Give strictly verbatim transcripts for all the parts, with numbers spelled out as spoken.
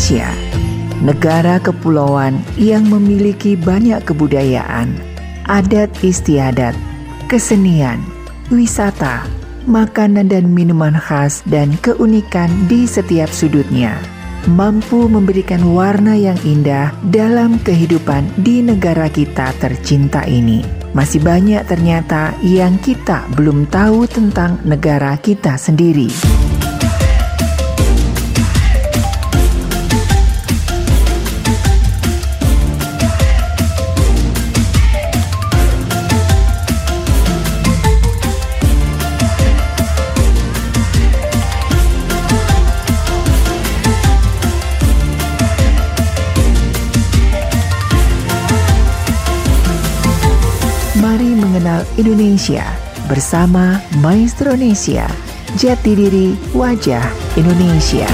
Indonesia, negara kepulauan yang memiliki banyak kebudayaan, adat istiadat, kesenian, wisata, makanan dan minuman khas dan keunikan di setiap sudutnya, mampu memberikan warna yang indah dalam kehidupan di negara kita tercinta ini. Masih banyak ternyata yang kita belum tahu tentang negara kita sendiri. Mari mengenal Indonesia bersama Maestronesia, jati diri wajah Indonesia.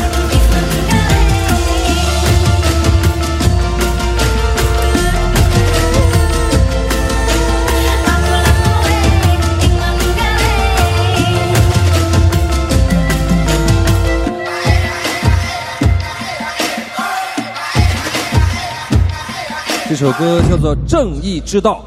"这首歌叫做《正义之道》。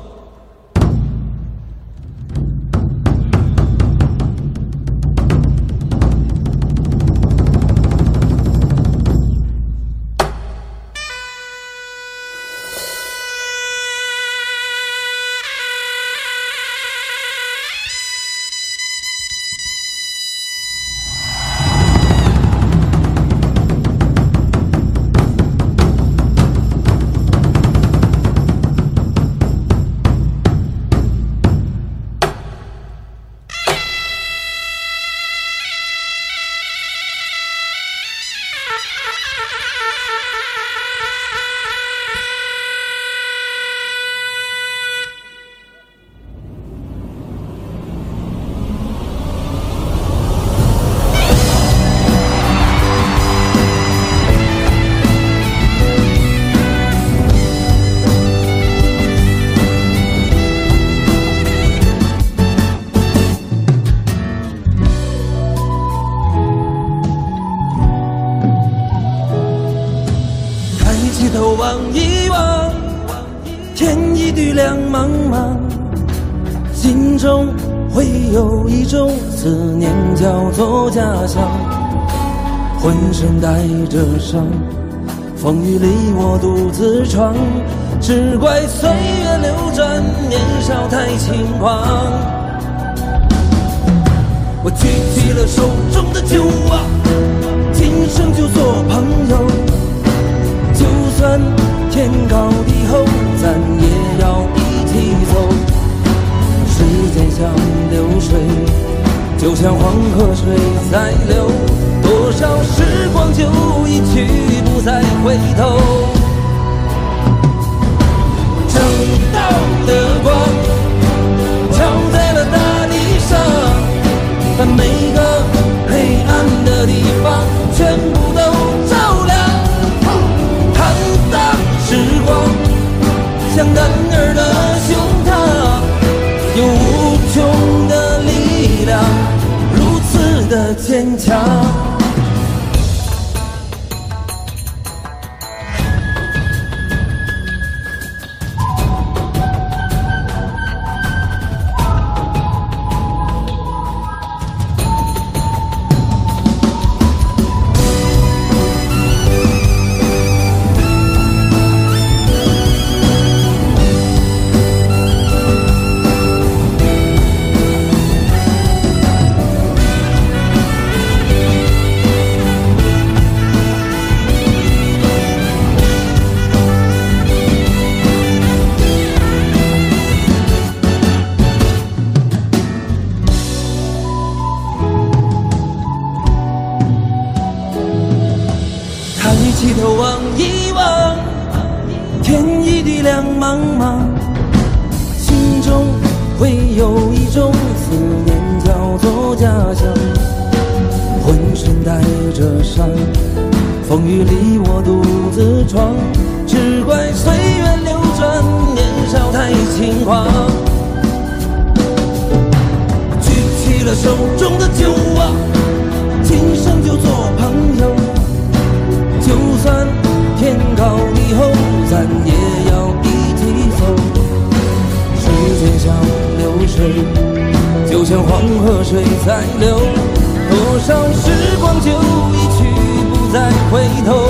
头望一望，天一地亮茫茫，心中会有一种思念叫做家乡，浑身带着伤，风雨里我独自闯，只怪岁月流转，年少太轻狂。我举起了手中的酒啊，今生就做朋友，就算天高地厚，咱也要一起走。时间像流水，就像黄河水在流，多少时光就一去不再回头。正道的光照在了大地上，把每个黑暗的地方全部都照亮。坦荡时光像男儿的胸膛，有无穷的力量，如此的坚强。抬起头望一望，天一地亮茫茫，心中会有一种思念叫做家乡。浑身带着伤，风雨里我独自闯，只怪岁月流转，年少太轻狂。举起了手中的酒啊，今生就做朋友，就算但也要一起走。时间像流水，就像黄河水在流，多少时光就一去不再回头。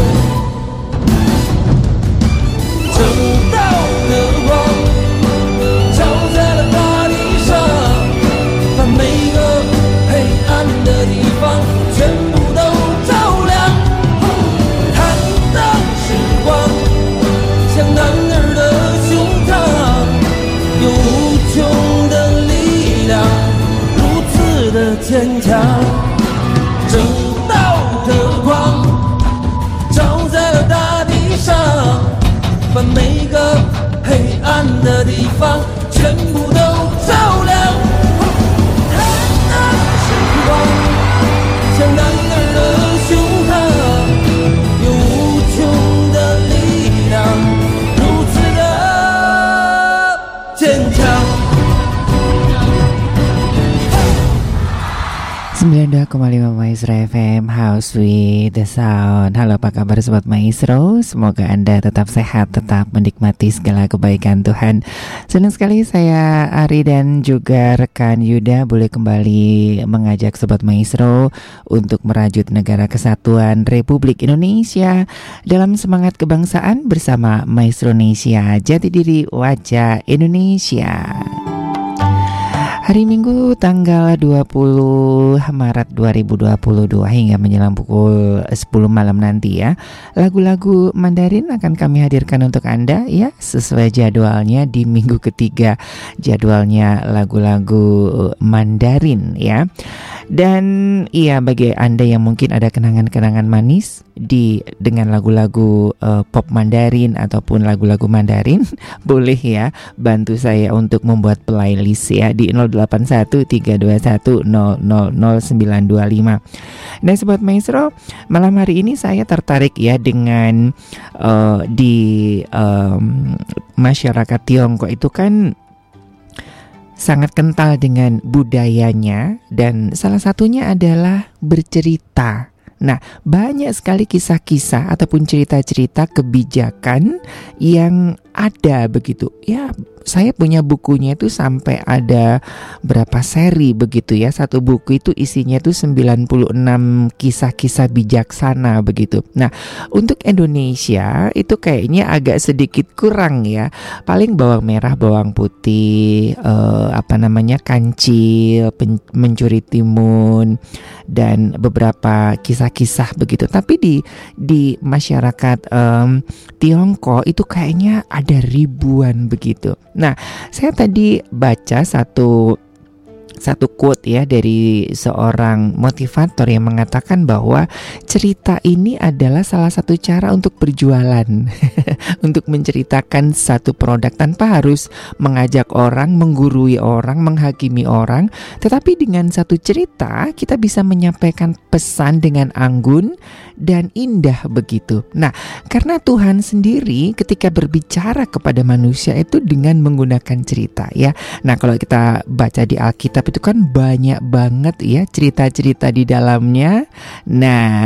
正道的光照在了大地上，把每个黑暗的地方全部都照亮。坦荡时光像男儿的胸膛，有无穷的力量，如此的坚强。正道的光照在了大地上，把每个黑暗的地方全部都照亮。坦荡时光像男儿的胸膛，有无穷的力量，如此的坚强。 sembilan puluh dua koma lima Maestro F M, House with the Sound. Halo, apa kabar Sobat Maestro? Semoga Anda tetap sehat, tetap menikmati segala kebaikan Tuhan. Senang sekali saya Ari dan juga rekan Yuda boleh kembali mengajak Sobat Maestro untuk merajut negara kesatuan Republik Indonesia dalam semangat kebangsaan bersama Maestronesia, jati diri wajah Indonesia. Hari Minggu tanggal dua puluh Maret dua ribu dua puluh dua hingga menjelang pukul sepuluh malam nanti ya. Lagu-lagu Mandarin akan kami hadirkan untuk Anda ya, sesuai jadwalnya di minggu ketiga. Jadwalnya lagu-lagu Mandarin ya. Dan iya, bagi Anda yang mungkin ada kenangan-kenangan manis di dengan lagu-lagu uh, pop Mandarin ataupun lagu-lagu Mandarin, boleh ya bantu saya untuk membuat playlist ya di nol delapan satu tiga dua satu nol nol nol sembilan dua lima. Nah Sobat Maestro, malam hari ini saya tertarik ya dengan uh, di um, masyarakat Tiongkok itu kan sangat kental dengan budayanya, dan salah satunya adalah bercerita. Nah, banyak sekali kisah-kisah ataupun cerita-cerita kebijakan yang ada begitu. Ya, saya punya bukunya itu sampai ada berapa seri begitu ya. Satu buku itu isinya itu sembilan puluh enam kisah-kisah bijaksana begitu. Nah, untuk Indonesia itu kayaknya agak sedikit kurang ya. Paling bawang merah, bawang putih, eh, apa namanya kancil, pen, mencuri timun, dan beberapa kisah-kisah begitu. Tapi di di masyarakat um, Tiongkok itu kayaknya ada ribuan begitu. Nah, saya tadi baca satu satu quote ya dari seorang motivator yang mengatakan bahwa cerita ini adalah salah satu cara untuk berjualan. Untuk menceritakan satu produk tanpa harus mengajak orang, menggurui orang, menghakimi orang, tetapi dengan satu cerita kita bisa menyampaikan pesan dengan anggun dan indah begitu. Nah, karena Tuhan sendiri ketika berbicara kepada manusia itu dengan menggunakan cerita ya. Nah, kalau kita baca di Alkitab itu kan banyak banget ya cerita-cerita di dalamnya. Nah,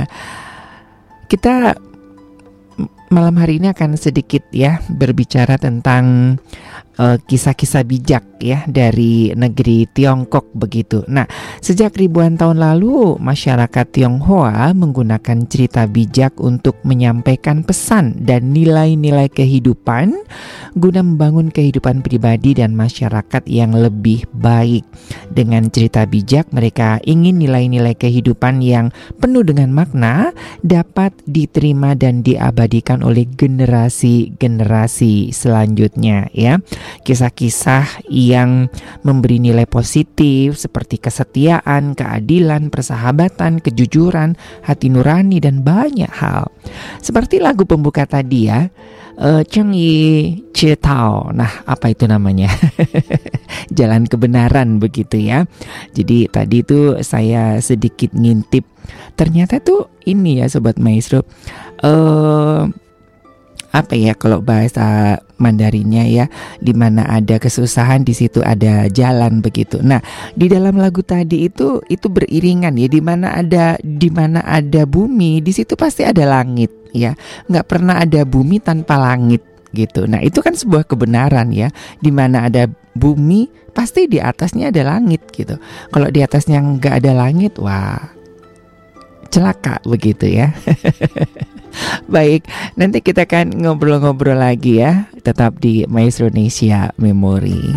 kita malam hari ini akan sedikit ya berbicara tentang uh, kisah-kisah bijak ya dari negeri Tiongkok begitu. Nah, sejak ribuan tahun lalu masyarakat Tionghoa menggunakan cerita bijak untuk menyampaikan pesan dan nilai-nilai kehidupan guna membangun kehidupan pribadi dan masyarakat yang lebih baik. Dengan cerita bijak mereka ingin nilai-nilai kehidupan yang penuh dengan makna dapat diterima dan diabadikan oleh generasi-generasi selanjutnya ya. Kisah-kisah yang memberi nilai positif seperti kesetiaan, keadilan, persahabatan, kejujuran, hati nurani, dan banyak hal. Seperti lagu pembuka tadi ya, uh, Cheng Yi Che Tao. Nah, apa itu namanya? Jalan kebenaran begitu ya. Jadi tadi itu saya sedikit ngintip. Ternyata tuh ini ya Sobat Maestro, uh, apa ya kalau bahasa Mandarinnya ya, di mana ada kesusahan di situ ada jalan begitu. Nah, di dalam lagu tadi itu itu beriringan ya, di mana ada di mana ada bumi, di situ pasti ada langit ya. Nggak pernah ada bumi tanpa langit gitu. Nah itu kan sebuah kebenaran ya, di mana ada bumi pasti di atasnya ada langit gitu. Kalau di atasnya nggak ada langit, wah celaka begitu ya. Baik, nanti kita akan ngobrol-ngobrol lagi ya, tetap di Maestro Indonesia Memori.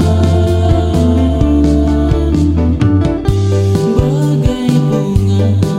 Bagai bunga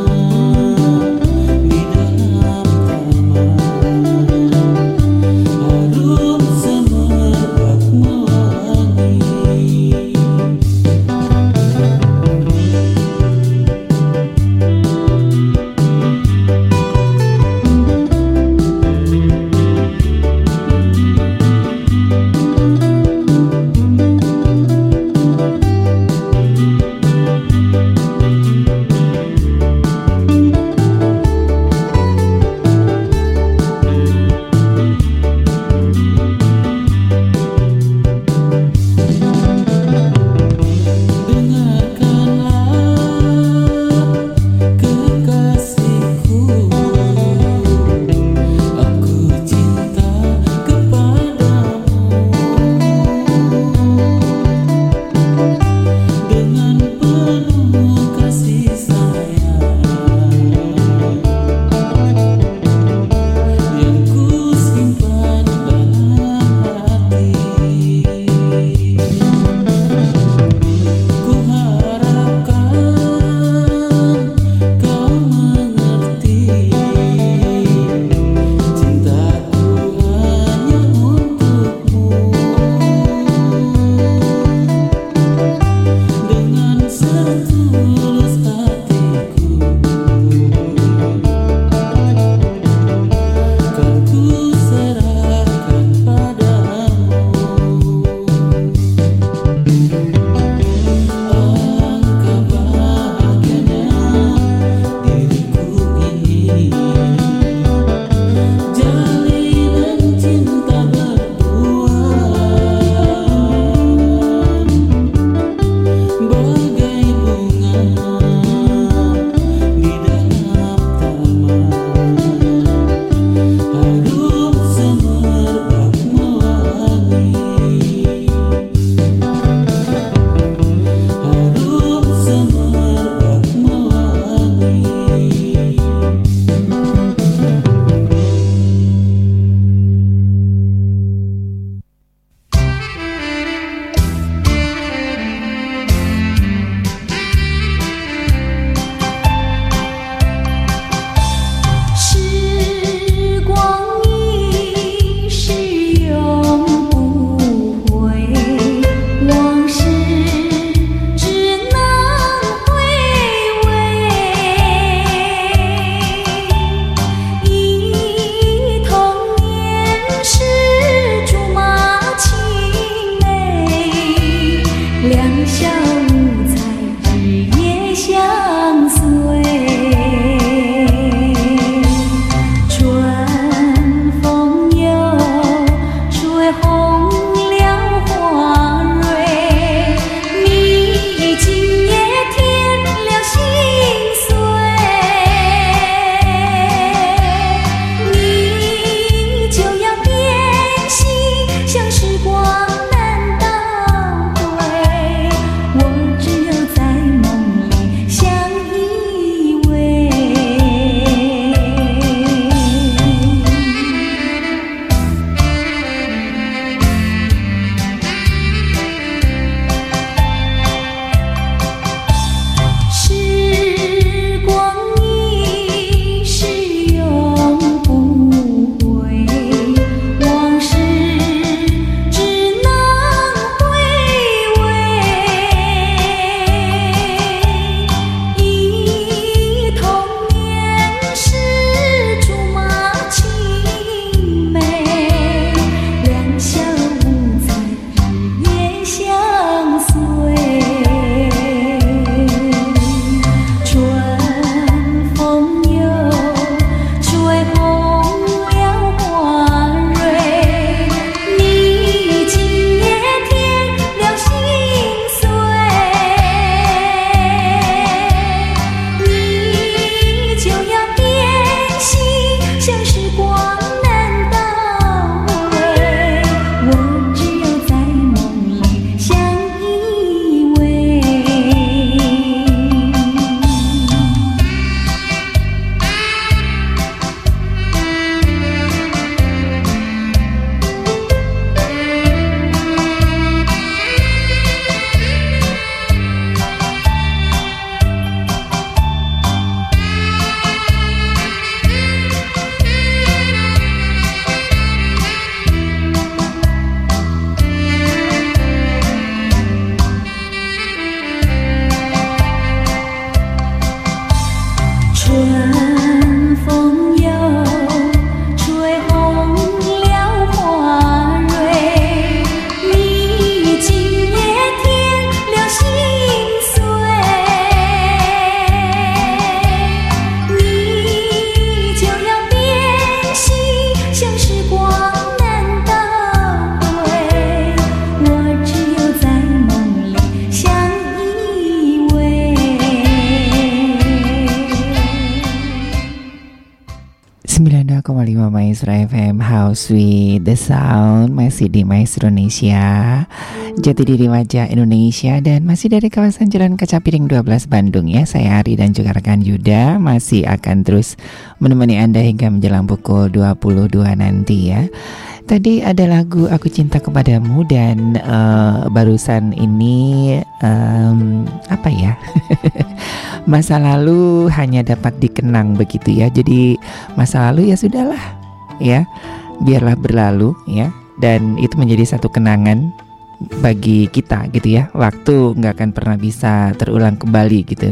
sembilan puluh dua koma lima Maestro F M, House with the Sound. Masih di Maestro Indonesia, Jati Diri Wajah Indonesia, dan masih dari kawasan Jalan Kaca Piring dua belas Bandung ya. Saya Ari dan juga rekan Yuda masih akan terus menemani Anda hingga menjelang pukul dua puluh dua nanti ya. Tadi ada lagu Aku Cinta Kepadamu, dan uh, barusan ini um, apa ya? Masa lalu hanya dapat dikenang begitu ya. Jadi masa lalu ya sudahlah ya, biarlah berlalu ya. Dan itu menjadi satu kenangan bagi kita gitu ya. Waktu nggak akan pernah bisa terulang kembali gitu.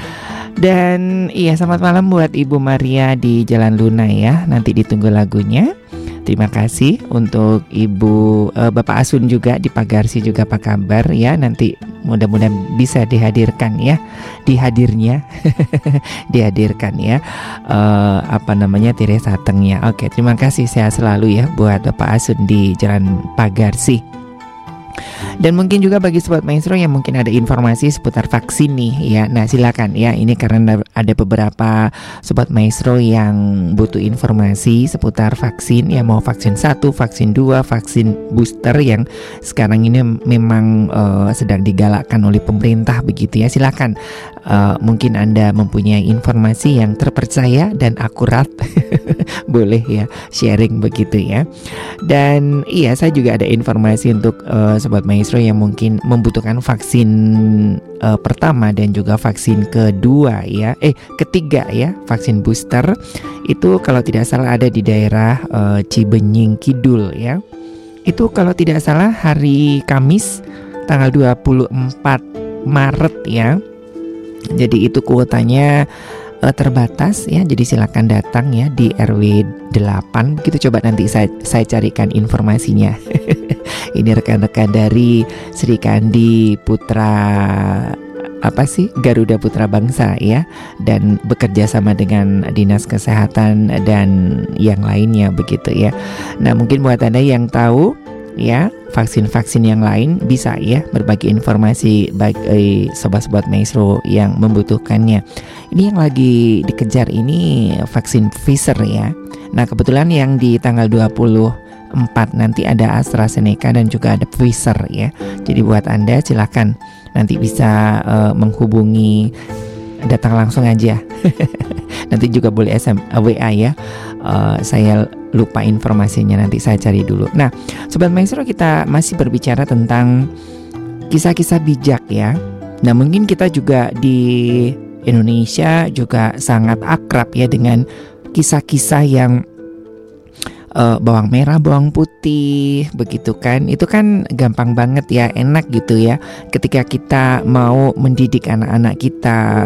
Dan iya, selamat malam buat Ibu Maria di Jalan Luna ya. Nanti ditunggu lagunya. Terima kasih untuk Ibu uh, Bapak Asun juga di Pagarsi juga, apa kabar ya. Nanti mudah-mudahan bisa dihadirkan ya, dihadirnya dihadirkan ya uh, apa namanya tirai satengnya. Oke, terima kasih, sehat selalu ya buat Bapak Asun di Jalan Pagarsi. Dan mungkin juga bagi Sobat Maestro yang mungkin ada informasi seputar vaksin nih ya. Nah silakan ya, ini karena ada beberapa Sobat Maestro yang butuh informasi seputar vaksin ya. Mau vaksin satu, vaksin dua, vaksin booster yang sekarang ini memang uh, sedang digalakkan oleh pemerintah begitu ya. Silakan, uh, mungkin Anda mempunyai informasi yang terpercaya dan akurat boleh ya sharing begitu ya. Dan iya, saya juga ada informasi untuk uh, Sobat Maestro yang mungkin membutuhkan vaksin uh, pertama dan juga vaksin kedua ya, eh ketiga ya, vaksin booster itu kalau tidak salah ada di daerah uh, Cibenying Kidul ya. Itu kalau tidak salah hari Kamis tanggal dua puluh empat Maret ya. Jadi itu kuotanya uh, terbatas ya. Jadi silakan datang ya di R W delapan begitu. Coba nanti saya saya carikan informasinya. Ini rekan-rekan dari Sri Kandi Putra apa sih Garuda Putra Bangsa ya, dan bekerja sama dengan Dinas Kesehatan dan yang lainnya begitu ya. Nah mungkin buat Anda yang tahu ya vaksin-vaksin yang lain bisa ya berbagi informasi bagi sobat-sobat Maestro yang membutuhkannya. Ini yang lagi dikejar ini vaksin Pfizer ya. Nah kebetulan yang di tanggal dua puluh empat nanti ada AstraZeneca dan juga ada Pfizer ya. Jadi buat Anda silakan nanti bisa uh, menghubungi, datang langsung aja. Nanti juga boleh S M W A ya. Uh, saya lupa informasinya, nanti saya cari dulu. Nah, Sobat Maestro, kita masih berbicara tentang kisah-kisah bijak ya. Nah, mungkin kita juga di Indonesia juga sangat akrab ya dengan kisah-kisah yang Uh, bawang merah, bawang putih, begitu kan? Itu kan gampang banget ya, enak gitu ya. Ketika kita mau mendidik anak-anak kita,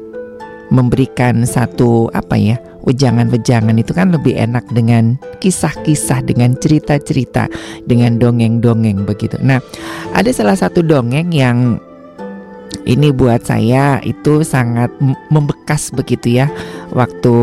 memberikan satu apa ya, wejangan-wejangan, itu kan lebih enak dengan kisah-kisah, dengan cerita-cerita, dengan dongeng-dongeng begitu. Nah, ada salah satu dongeng yang ini buat saya itu sangat membekas begitu ya. Waktu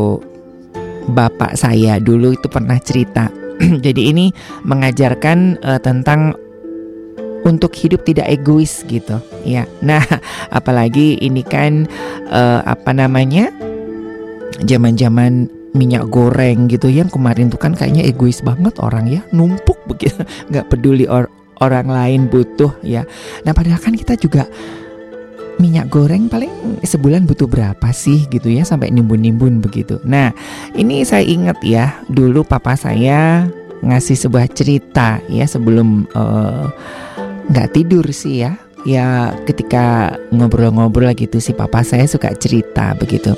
bapak saya dulu itu pernah cerita. Jadi ini mengajarkan uh, tentang untuk hidup tidak egois gitu ya. Nah apalagi ini kan uh, apa namanya zaman-zaman minyak goreng gitu yang kemarin tuh kan kayaknya egois banget orang ya, numpuk begitu, nggak peduli or- orang lain butuh ya. Nah padahal kan kita juga minyak goreng paling sebulan butuh berapa sih gitu ya, sampai nimbun-nimbun begitu. Nah ini saya ingat ya, dulu papa saya ngasih sebuah cerita ya sebelum nggak uh, tidur sih ya. Ya ketika ngobrol-ngobrol gitu si papa saya suka cerita begitu.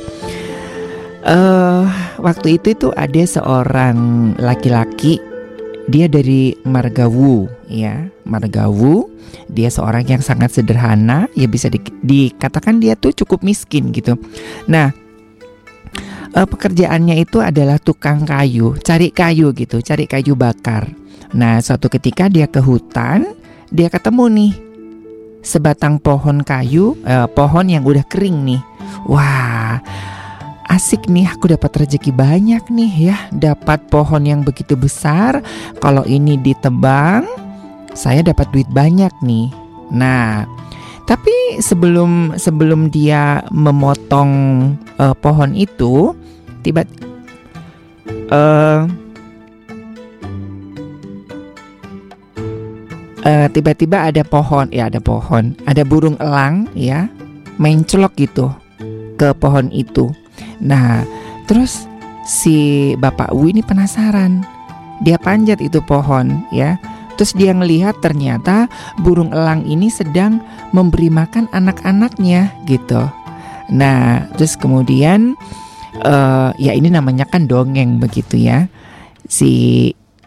Uh, waktu itu itu ada seorang laki-laki, dia dari Margawu ya, Margawu. Dia seorang yang sangat sederhana, ya bisa di, dikatakan dia tuh cukup miskin gitu. Nah, eh, pekerjaannya itu adalah tukang kayu, cari kayu gitu, cari kayu bakar. Nah, suatu ketika dia ke hutan, dia ketemu nih sebatang pohon kayu, eh, pohon yang udah kering nih. Wah, asik nih, aku dapat rezeki banyak nih ya, dapat pohon yang begitu besar. Kalau ini ditebang, saya dapat duit banyak nih. Nah, tapi sebelum sebelum dia memotong uh, pohon itu, tiba uh, uh, tiba-tiba ada pohon, ya ada pohon, ada burung elang ya, mencolok gitu ke pohon itu. Nah, terus si Bapak Wu ini penasaran, dia panjat itu pohon ya. Terus dia ngelihat ternyata burung elang ini sedang memberi makan anak-anaknya gitu. Nah, terus kemudian uh, ya ini namanya kan dongeng begitu ya. Si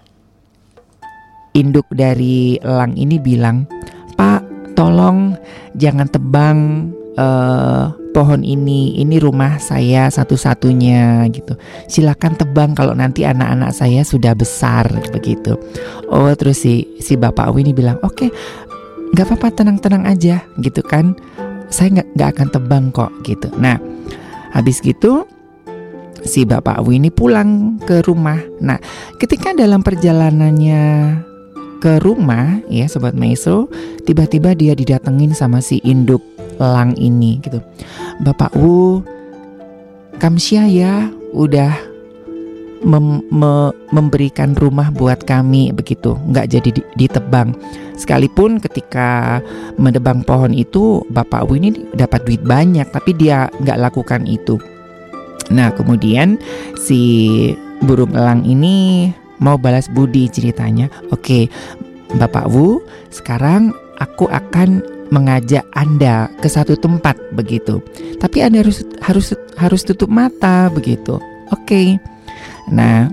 induk dari elang ini bilang, "Pak, tolong jangan tebang uh, pohon ini. Ini rumah saya satu-satunya gitu. Silakan tebang kalau nanti anak-anak saya sudah besar," begitu. Oh, terus si si Bapak Wu ini bilang, "Oke, nggak apa-apa, tenang-tenang aja gitu kan. Saya nggak nggak akan tebang kok," gitu. Nah, habis gitu si Bapak Wu ini pulang ke rumah. Nah, ketika dalam perjalanannya ke rumah ya Sobat Maestro, tiba-tiba dia didatengin sama si induk elang ini gitu. "Bapak Wu, kamsia ya udah mem- me- memberikan rumah buat kami begitu, nggak jadi di- ditebang. Sekalipun ketika menebang pohon itu Bapak Wu ini dapat duit banyak, tapi dia nggak lakukan itu." Nah, kemudian si burung elang ini mau balas budi ceritanya. "Oke, Bapak Wu, sekarang aku akan mengajak Anda ke satu tempat begitu. Tapi Anda harus harus harus tutup mata begitu." Oke. Nah,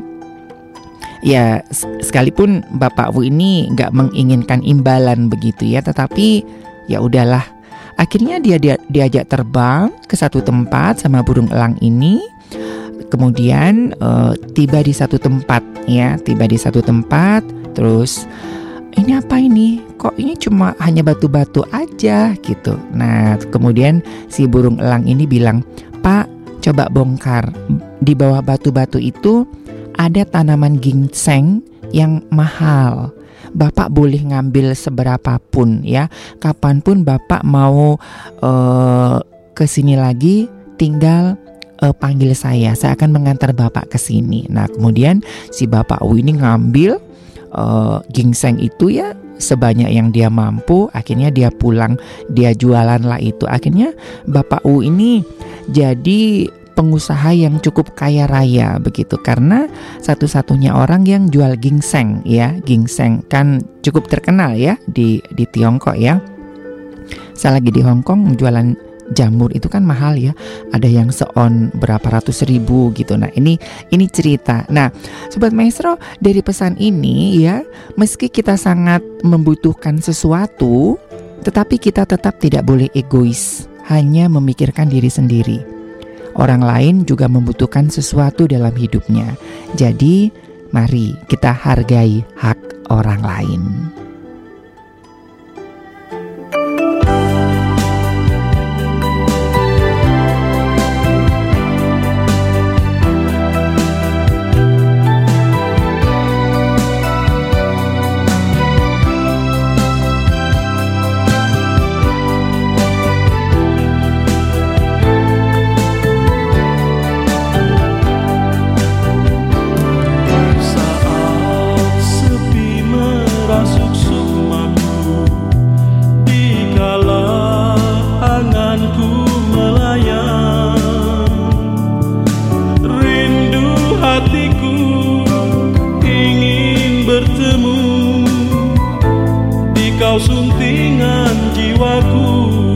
ya sekalipun Bapak Wu ini nggak menginginkan imbalan begitu ya, tetapi ya udahlah. Akhirnya dia, dia diajak terbang ke satu tempat sama burung elang ini. Kemudian uh, tiba di satu tempat ya, tiba di satu tempat. Terus, "Ini apa ini? Kok ini cuma hanya batu-batu aja gitu." Nah, kemudian si burung elang ini bilang, "Pak, coba bongkar. Di bawah batu-batu itu ada tanaman ginseng yang mahal. Bapak boleh ngambil seberapapun ya. Kapanpun Bapak mau uh, ke sini lagi, tinggal uh, panggil saya. Saya akan mengantar Bapak ke sini." Nah, kemudian si Bapak Wu ini ngambil uh, ginseng itu ya sebanyak yang dia mampu. Akhirnya dia pulang, dia jualan lah itu. Akhirnya Bapak Wu ini jadi pengusaha yang cukup kaya raya begitu, karena satu-satunya orang yang jual ginseng ya. Ginseng kan cukup terkenal ya di di Tiongkok ya. Saya lagi di Hong Kong, jualan jamur itu kan mahal ya. Ada yang seon berapa ratus ribu gitu. Nah, ini ini cerita. Nah, Sobat Maestro, dari pesan ini ya, meski kita sangat membutuhkan sesuatu, tetapi kita tetap tidak boleh egois, hanya memikirkan diri sendiri. Orang lain juga membutuhkan sesuatu dalam hidupnya. Jadi, mari kita hargai hak orang lain. Kau suntingan jiwaku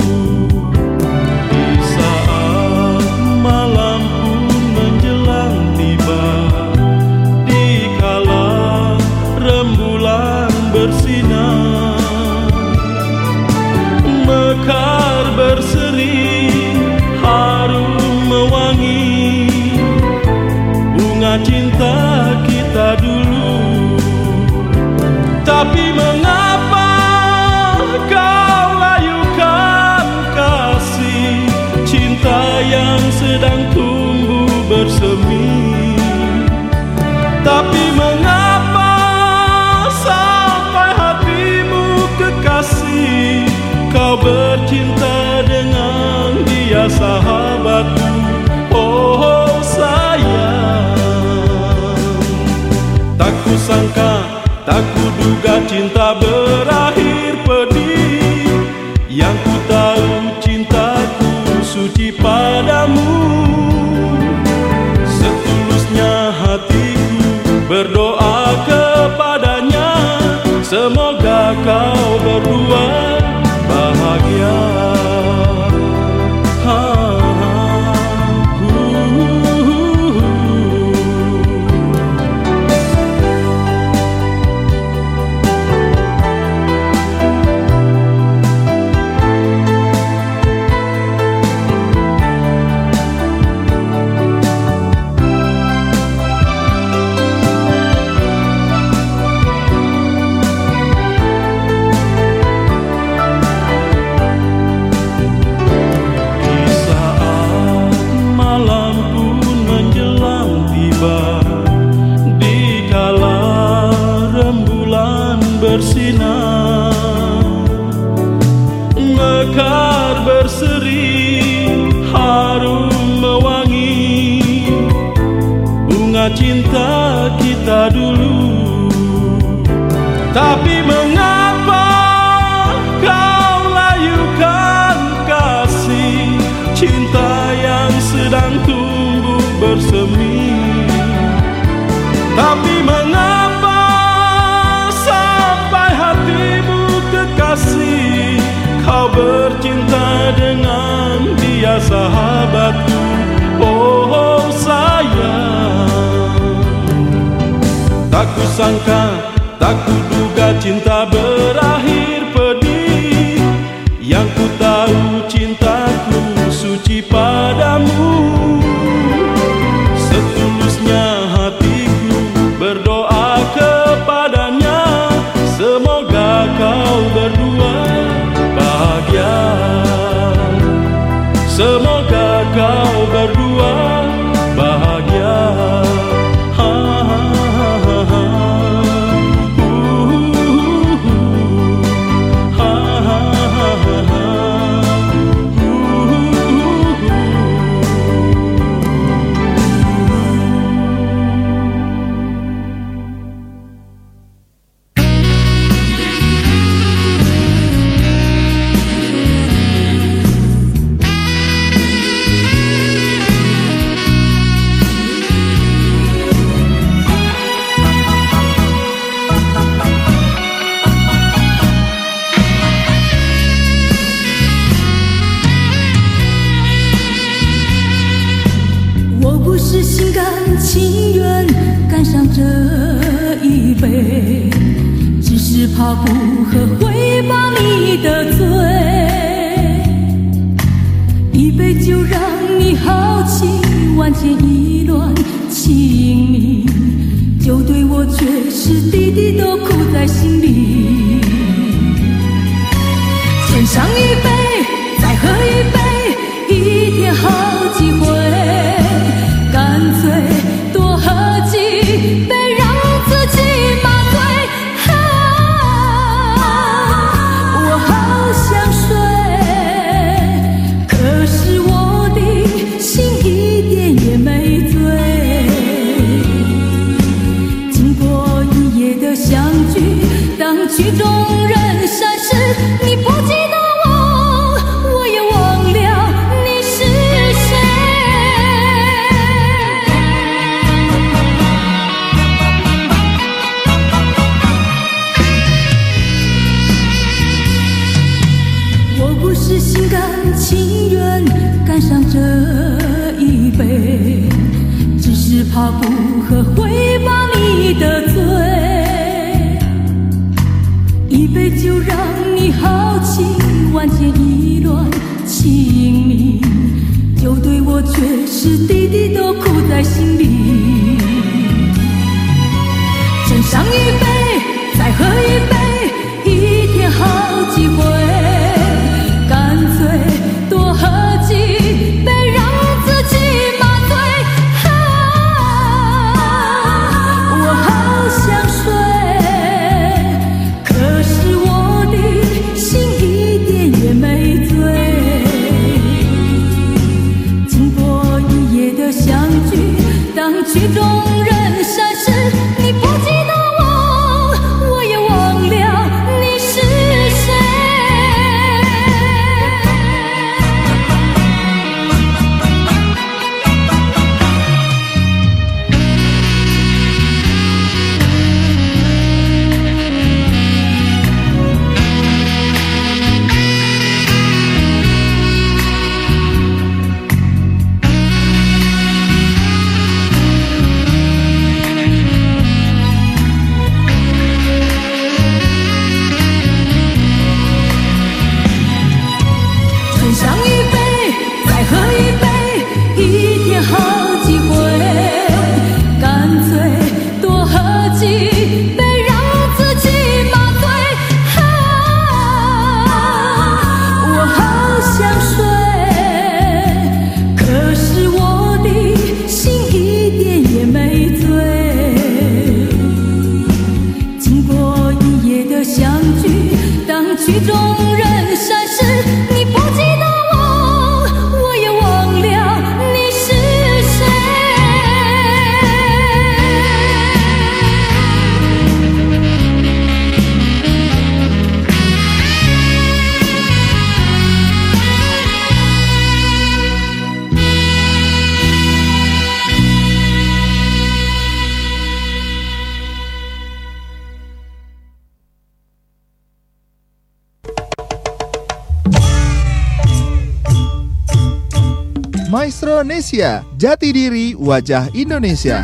di saat malam pun menjelang tiba, di kala rembulan bersinar, mekar berseri, harum mewangi, bunga cinta kita dulu. Tapi mengapa kau layukan kasih cinta yang sedang tumbuh bersemi? Tapi mengapa sampai hatimu kekasih, kau bercinta dengan dia sahabatku? Oh sayang, tak kuduga cinta berakhir pedih. Yang ku tahu cintaku suci padamu. Setulusnya hatiku berdoa kepadanya, semoga kau berdua bahagia. Mekar berseri, harum mewangi, bunga cinta kita dulu. Tapi mengapa kau layukan kasih cinta yang sedang tumbuh bersemi? Tapi mengapa sampai hatimu kekasih kau bercinta dengan dia sahabatku? Oh sayang, tak kusangka, tak kuduga cinta berakhir pedih. Yang ku tahu cintaku suci padamu. Setulusnya hatiku berdoa kepadanya, semoga kau berdua bahagia. Semoga kau berdua bahagia. Ha, ha, ha, ha. Uh, ha, ha, ha, ha. 怕不喝会把你得罪，一杯酒让你豪情万千意乱情意，就对我却是滴滴都苦在心里。先上一杯，再喝一杯，一天好几回，干脆多喝几杯，让自己麻醉。曲终人散时，你不记得我，我也忘了你是谁。我不是心甘情愿干上这一杯，只是怕不喝会把你得罪。一杯酒让你豪情万千意乱情迷，就对我却是滴滴都苦在心里。先上一杯，再喝一杯，一天好几回，干脆多喝几杯，让自己麻醉。啊，我好想睡。当曲终人散时，你不记得我，我也忘了你是谁。 Maestronesia, jati diri wajah Indonesia.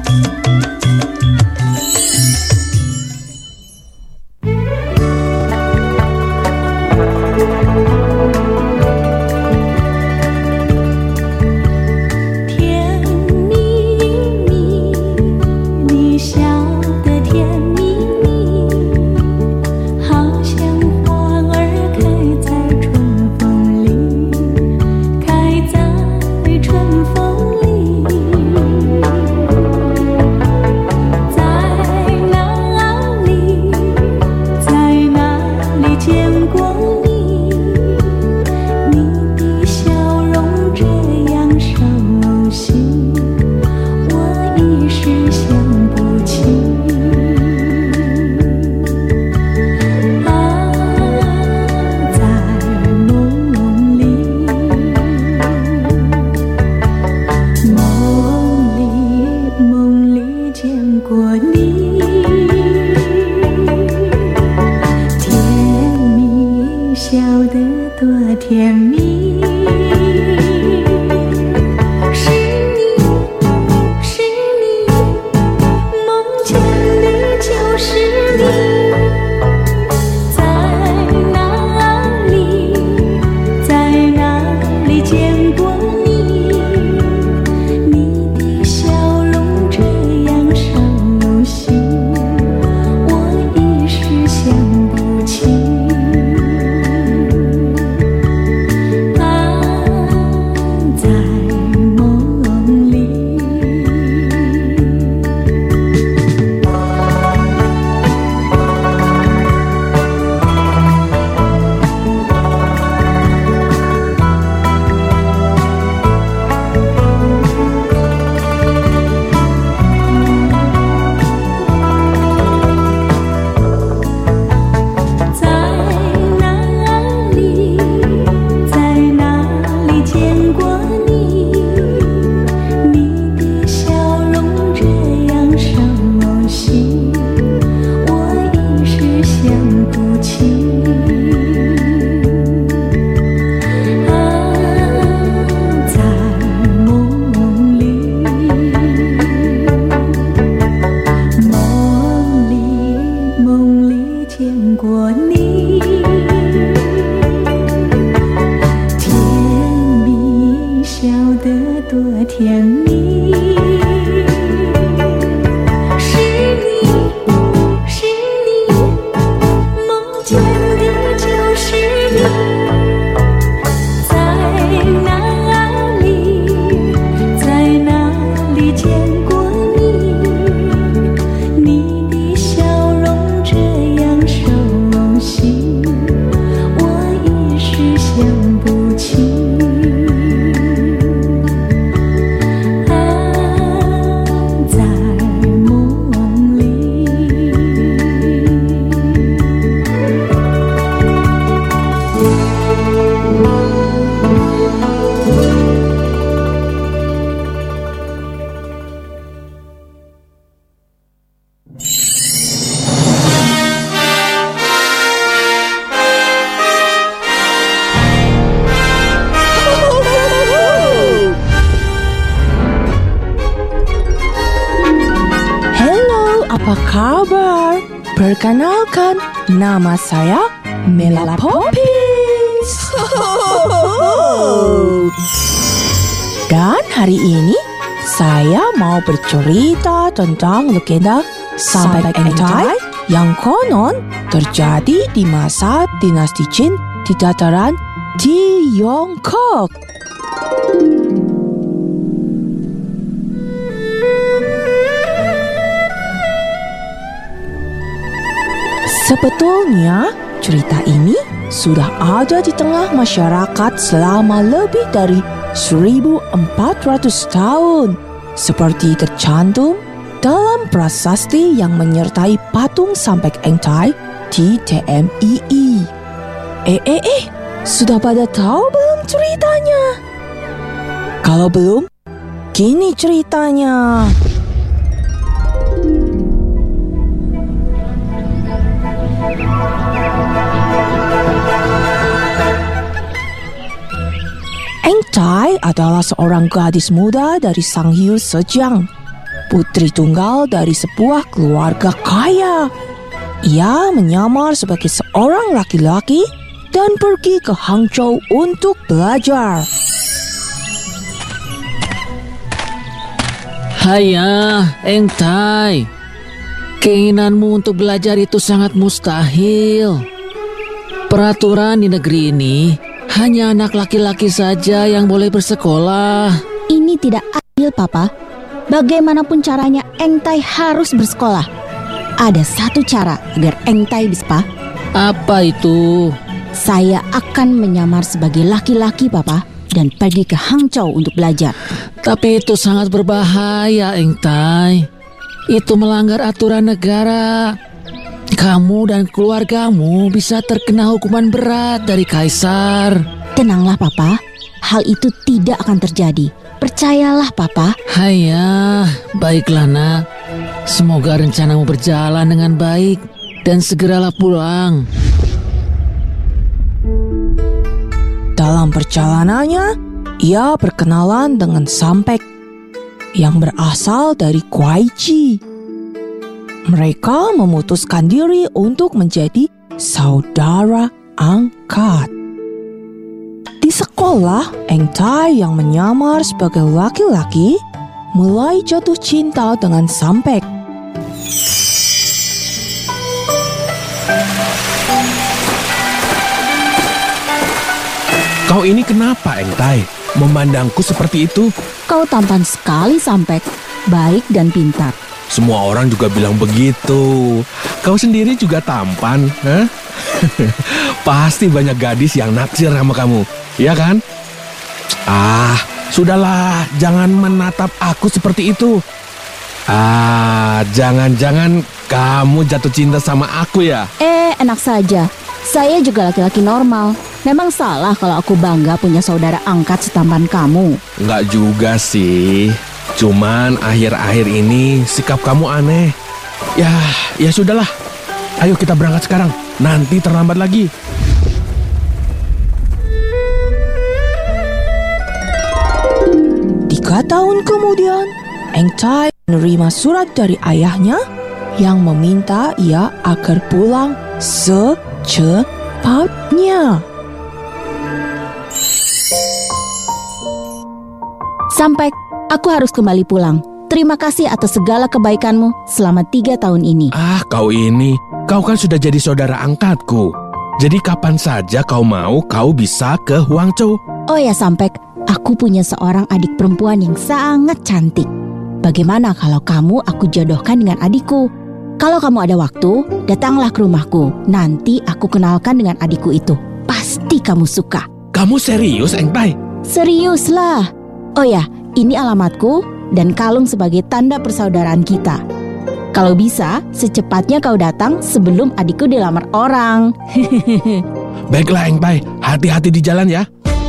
Apa kabar? Perkenalkan, nama saya Mela Popis. Dan hari ini saya mau bercerita tentang legenda Sahabat Entai yang konon terjadi di masa dinasti Jin di dataran Tiongkok. Sebetulnya cerita ini sudah ada di tengah masyarakat selama lebih dari seribu empat ratus tahun, seperti tercantum dalam prasasti yang menyertai patung Sampek Engtai di T M I I. Eh, eh, eh, sudah pada tahu belum ceritanya? Kalau belum, gini ceritanya. Engtai adalah seorang gadis muda dari Sanghiu Sejang, putri tunggal dari sebuah keluarga kaya. Ia menyamar sebagai seorang laki-laki dan pergi ke Hangzhou untuk belajar. Hayah, Engtai. Keinginanmu untuk belajar itu sangat mustahil. Peraturan di negeri ini hanya anak laki-laki saja yang boleh bersekolah. Ini tidak adil, Papa. Bagaimanapun caranya, Engtai harus bersekolah. Ada satu cara agar Engtai bisa. Apa itu? Saya akan menyamar sebagai laki-laki, Papa, dan pergi ke Hangzhou untuk belajar. Tapi itu sangat berbahaya, Engtai. Itu melanggar aturan negara. Kamu dan keluargamu bisa terkena hukuman berat dari kaisar. Tenanglah, Papa. Hal itu tidak akan terjadi. Percayalah, Papa. Hayah, baiklah nak. Semoga rencanamu berjalan dengan baik dan segeralah pulang. Dalam perjalanannya, ia berkenalan dengan Sampek yang berasal dari Kuaichi. Mereka memutuskan diri untuk menjadi saudara angkat. Di sekolah, Engtai yang menyamar sebagai laki-laki mulai jatuh cinta dengan Sampek. Kau ini kenapa, Engtai? Memandangku seperti itu? Kau tampan sekali, Sampek. Baik dan pintar. Semua orang juga bilang begitu. Kau sendiri juga tampan, huh? Pasti banyak gadis yang naksir sama kamu, ya kan? Ah, sudahlah, jangan menatap aku seperti itu. Ah, jangan-jangan kamu jatuh cinta sama aku ya? Eh, enak saja. Saya juga laki-laki normal. Memang salah kalau aku bangga punya saudara angkat setampan kamu. Enggak juga sih. Cuman akhir-akhir ini sikap kamu aneh. Ya, ya sudahlah. Ayo kita berangkat sekarang. Nanti terlambat lagi. Tiga tahun kemudian, Engtai menerima surat dari ayahnya yang meminta ia agar pulang secepatnya. Sampek, aku harus kembali pulang. Terima kasih atas segala kebaikanmu selama tiga tahun ini. Ah, kau ini, kau kan sudah jadi saudara angkatku. Jadi kapan saja kau mau, kau bisa ke Huangzhou. Oh ya, Sampek, aku punya seorang adik perempuan yang sangat cantik. Bagaimana kalau kamu aku jodohkan dengan adikku? Kalau kamu ada waktu, datanglah ke rumahku. Nanti aku kenalkan dengan adikku itu. Pasti kamu suka. Kamu serius, Engtai? Seriuslah. Oh ya, ini alamatku dan kalung sebagai tanda persaudaraan kita. Kalau bisa, secepatnya kau datang sebelum adikku dilamar orang. Baiklah, Engtai. Hati-hati di jalan ya.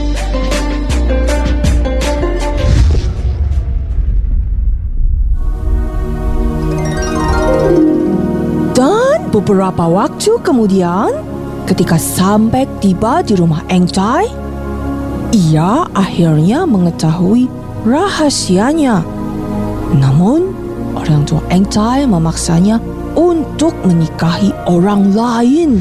Dan beberapa waktu kemudian, ketika Sampek tiba di rumah Engtai, ia akhirnya mengetahui rahasianya. Namun, orang tua Engtai memaksanya untuk menikahi orang lain.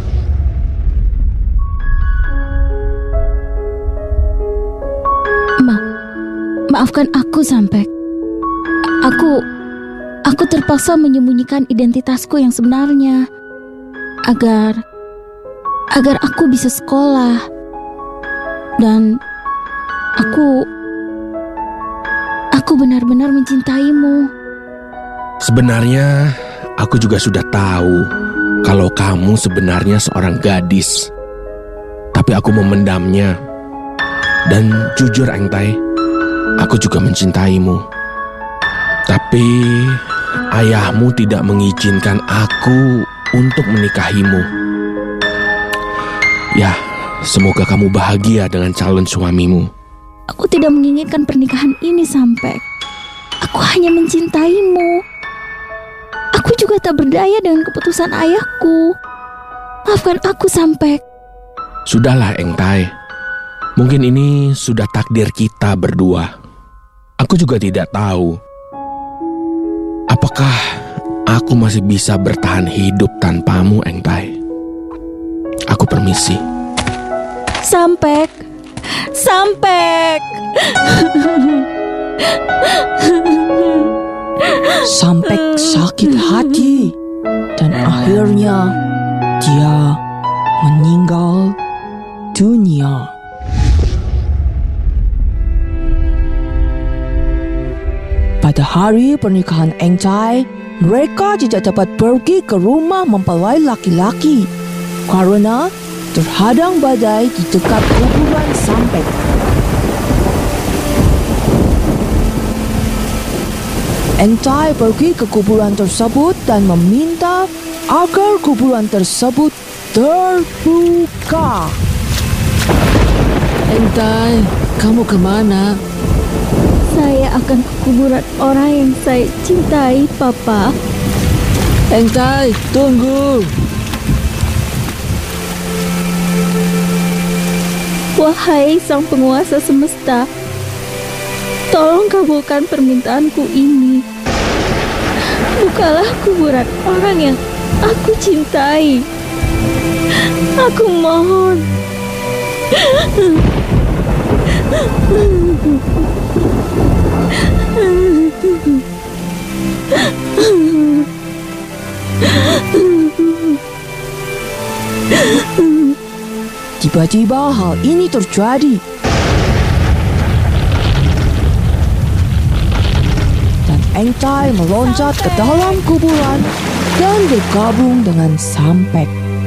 Ma, maafkan aku, Sampek. Aku, aku terpaksa menyembunyikan identitasku yang sebenarnya agar, agar aku bisa sekolah. Dan aku, aku benar-benar mencintaimu. Sebenarnya aku juga sudah tahu. kalau kamu sebenarnya seorang gadis. Tapi aku memendamnya. Dan jujur Engtai, aku juga mencintaimu. Tapi ayahmu tidak mengizinkan aku untuk menikahimu. Ya, semoga kamu bahagia dengan calon suamimu. Aku tidak menginginkan pernikahan ini sampai. Aku hanya mencintaimu. Aku juga tak berdaya dengan keputusan ayahku. Maafkan aku sampai. Sudahlah Engtai. Mungkin ini sudah takdir kita berdua. Aku juga tidak tahu apakah aku masih bisa bertahan hidup tanpamu, Engtai. Aku permisi. Sampek, Sampek. Sampek sakit hati dan akhirnya dia meninggal dunia. Pada hari pernikahan Engtai, mereka tidak dapat pergi ke rumah mempelai laki-laki karena terhadang badai di dekat kuburan Sampek. Engtai pergi ke kuburan tersebut dan meminta agar kuburan tersebut terbuka. Engtai, kamu kemana? Saya akan ke kuburan orang yang saya cintai, Papa. Engtai, tunggu. Wahai Sang Penguasa Semesta, tolong kabulkan permintaanku ini. Bukalah kuburan orang yang aku cintai. Aku mohon. Tiba-tiba hal ini terjadi. Dan Engtai meloncat ke dalam kuburan dan bergabung dengan Sampek.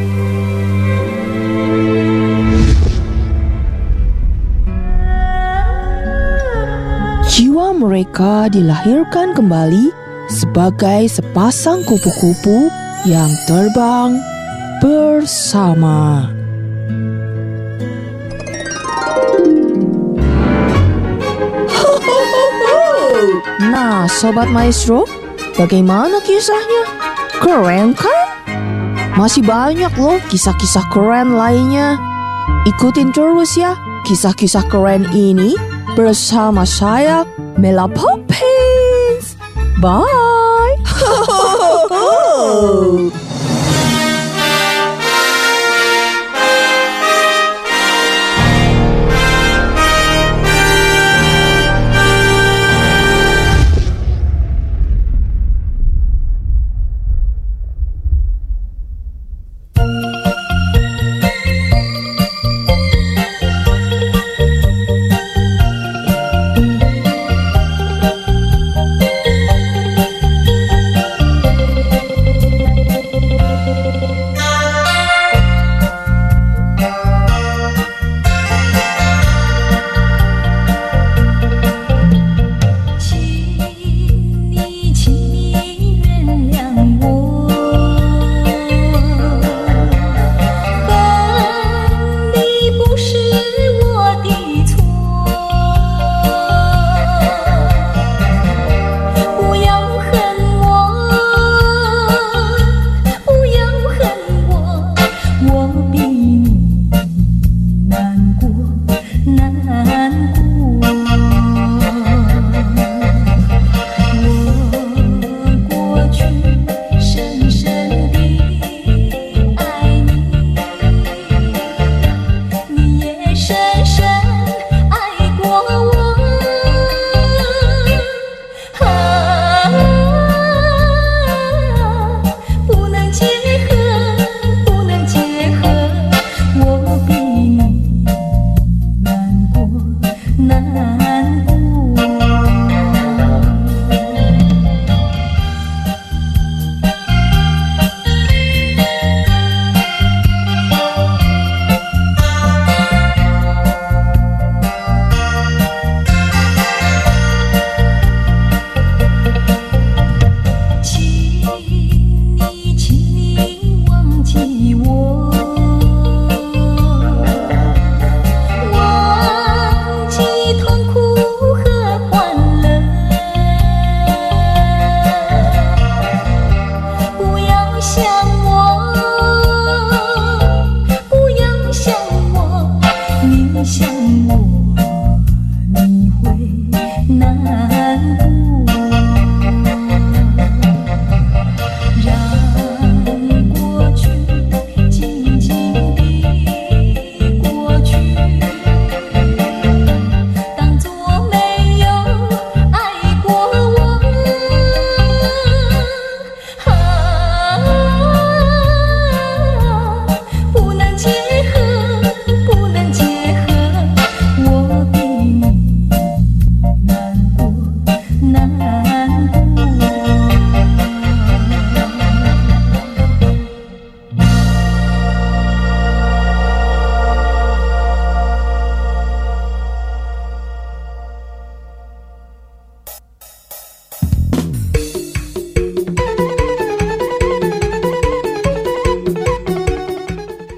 Jiwa mereka dilahirkan kembali sebagai sepasang kupu-kupu yang terbang bersama. Nah, Sobat Maestro, bagaimana kisahnya? Keren kan? Masih banyak loh kisah-kisah keren lainnya. Ikutin terus ya kisah-kisah keren ini bersama saya, Mela Poppins. Bye.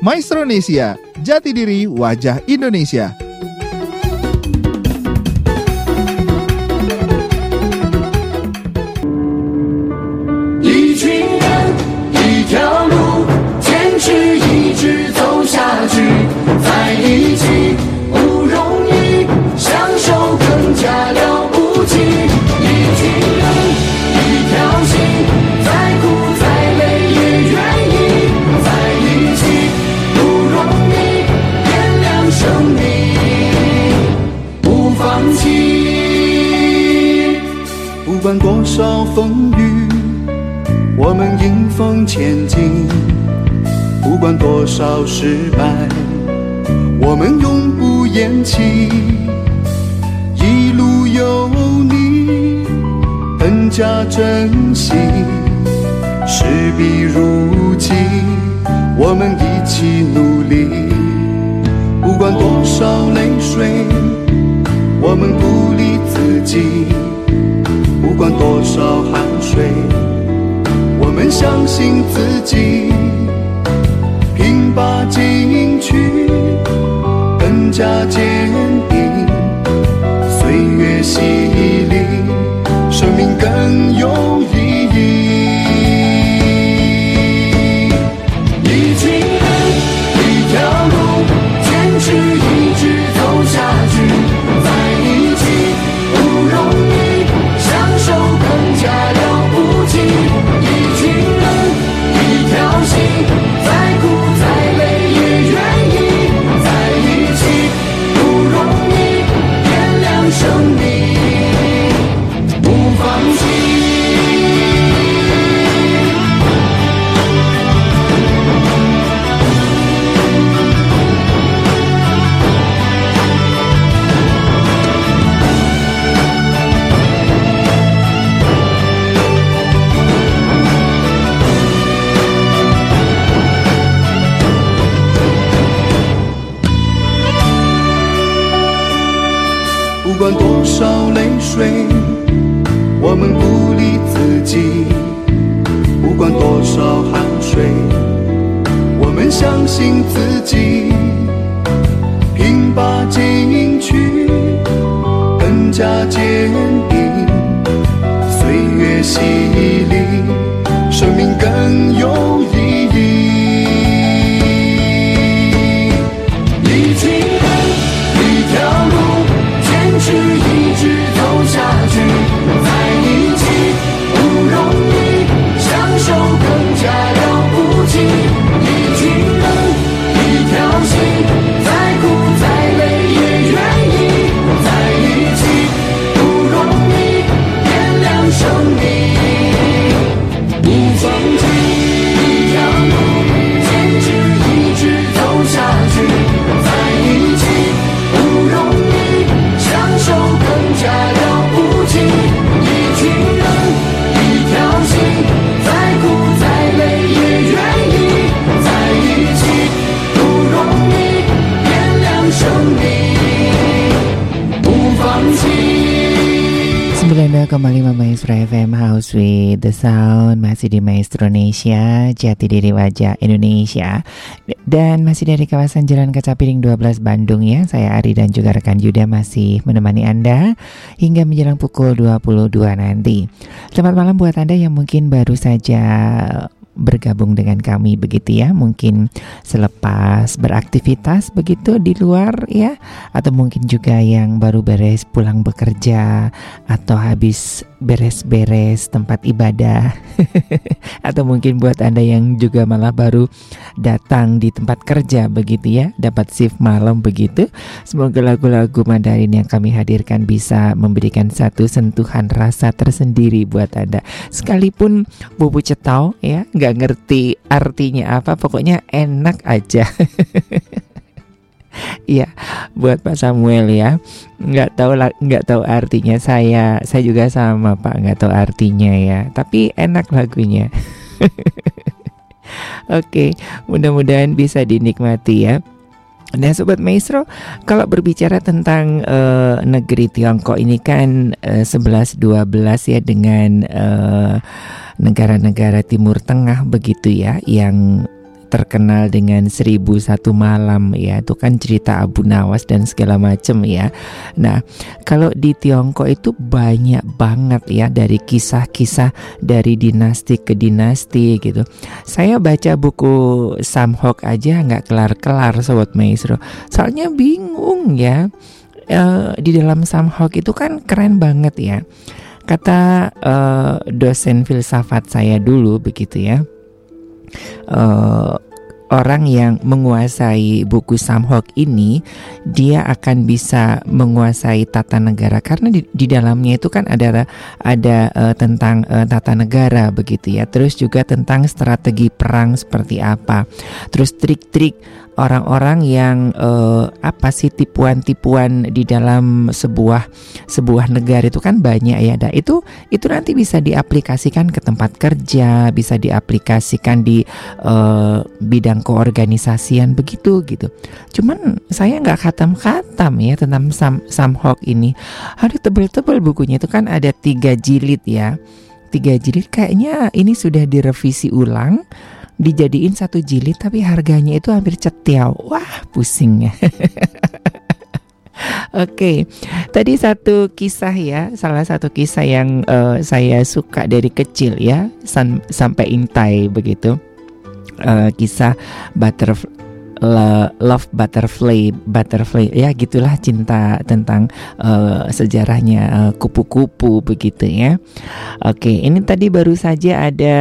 Maestronesia, jati diri wajah Indonesia. 不管多少风雨，我们迎风前进；不管多少失败，我们永不言弃。一路有你，更加珍惜。事必如期，我们一起努力。不管多少泪水，我们鼓励自己。不管多少汗水，我们相信自己，拼把进取，更加坚定。岁月洗礼，生命更有意义。一群人，一条路，坚持一直走下去，在一起不容易，享受更加了不起。一群人，一条心，再苦再累也愿意在一起，不容易，点亮生命，不放弃。不管多少泪水，我们鼓励自己；不管多少汗水，我们相信自己。拼把进取，更加坚定。岁月洗礼，生命更有意义。一群人，一条路，坚持一直走下去，在一起不容易，享受更加了不起。一群人，一条心，再苦再累也愿意在一起，不容易，点亮生命，不放弃。一条路，坚持一直走下去，在一起不容易，享受更加了不起。一群人，一条心，再苦再累也愿意在一起，不容易，点亮生命，不放弃。 sembilan puluh dua koma lima Maestro F M House with the Sound, masih di Maestronesia, jati diri wajah Indonesia. Dan masih dari kawasan Jalan Kaca Piring dua belas Bandung ya. Saya Ari dan juga rekan Yuda masih menemani Anda hingga menjelang pukul dua puluh dua nanti. Selamat malam buat Anda yang mungkin baru saja bergabung dengan kami begitu ya, mungkin selepas beraktivitas begitu di luar ya, atau mungkin juga yang baru beres pulang bekerja atau habis beres-beres tempat ibadah atau mungkin buat Anda yang juga malah baru datang di tempat kerja begitu ya, dapat shift malam begitu. Semoga lagu-lagu Mandarin yang kami hadirkan bisa memberikan satu sentuhan rasa tersendiri buat Anda. Sekalipun bubu cetau ya, nggak ngerti artinya apa, pokoknya enak aja. Iya, buat Pak Samuel ya, nggak tahu nggak tahu artinya. Saya saya juga sama Pak, nggak tahu artinya ya, tapi enak lagunya. Oke, mudah-mudahan bisa dinikmati ya. Nah Sobat Maestro, kalau berbicara tentang uh, negeri Tiongkok ini kan uh, sebelas dua belas ya dengan uh, negara-negara Timur Tengah begitu ya, yang terkenal dengan Seribu Satu Malam ya, itu kan cerita Abu Nawas dan segala macam ya. Nah, kalau di Tiongkok itu banyak banget ya, dari kisah-kisah dari dinasti ke dinasti gitu. Saya baca buku Samhok aja nggak kelar-kelar Sobat Maestro, soalnya bingung ya. E, di dalam Samhok itu kan keren banget ya. Kata e, dosen filsafat saya dulu begitu ya, Uh, orang yang menguasai buku Samhok ini, dia akan bisa menguasai tata negara, karena di, di dalamnya itu kan ada ada uh, tentang uh, tata negara begitu ya, terus juga tentang strategi perang seperti apa, terus trik-trik orang-orang yang uh, apa sih tipuan-tipuan di dalam sebuah sebuah negara itu kan banyak ya. Nah, itu itu nanti bisa diaplikasikan ke tempat kerja, bisa diaplikasikan di uh, bidang keorganisasian begitu gitu. Cuman saya nggak khatam-khatam ya tentang Sam, Samhok ini. Aduh, tebel-tebel bukunya itu kan ada tiga jilid ya. Tiga jilid, kayaknya ini sudah direvisi ulang, dijadiin satu jilid, tapi harganya itu hampir cetiau. Wah, pusing ya. Oke, okay. Tadi satu kisah ya, salah satu kisah yang uh, saya suka dari kecil ya, San, sampai intai begitu. Uh, kisah butterfly, uh, love butterfly, butterfly ya gitulah, cinta tentang uh, sejarahnya uh, kupu-kupu begitu ya. Oke, okay, ini tadi baru saja ada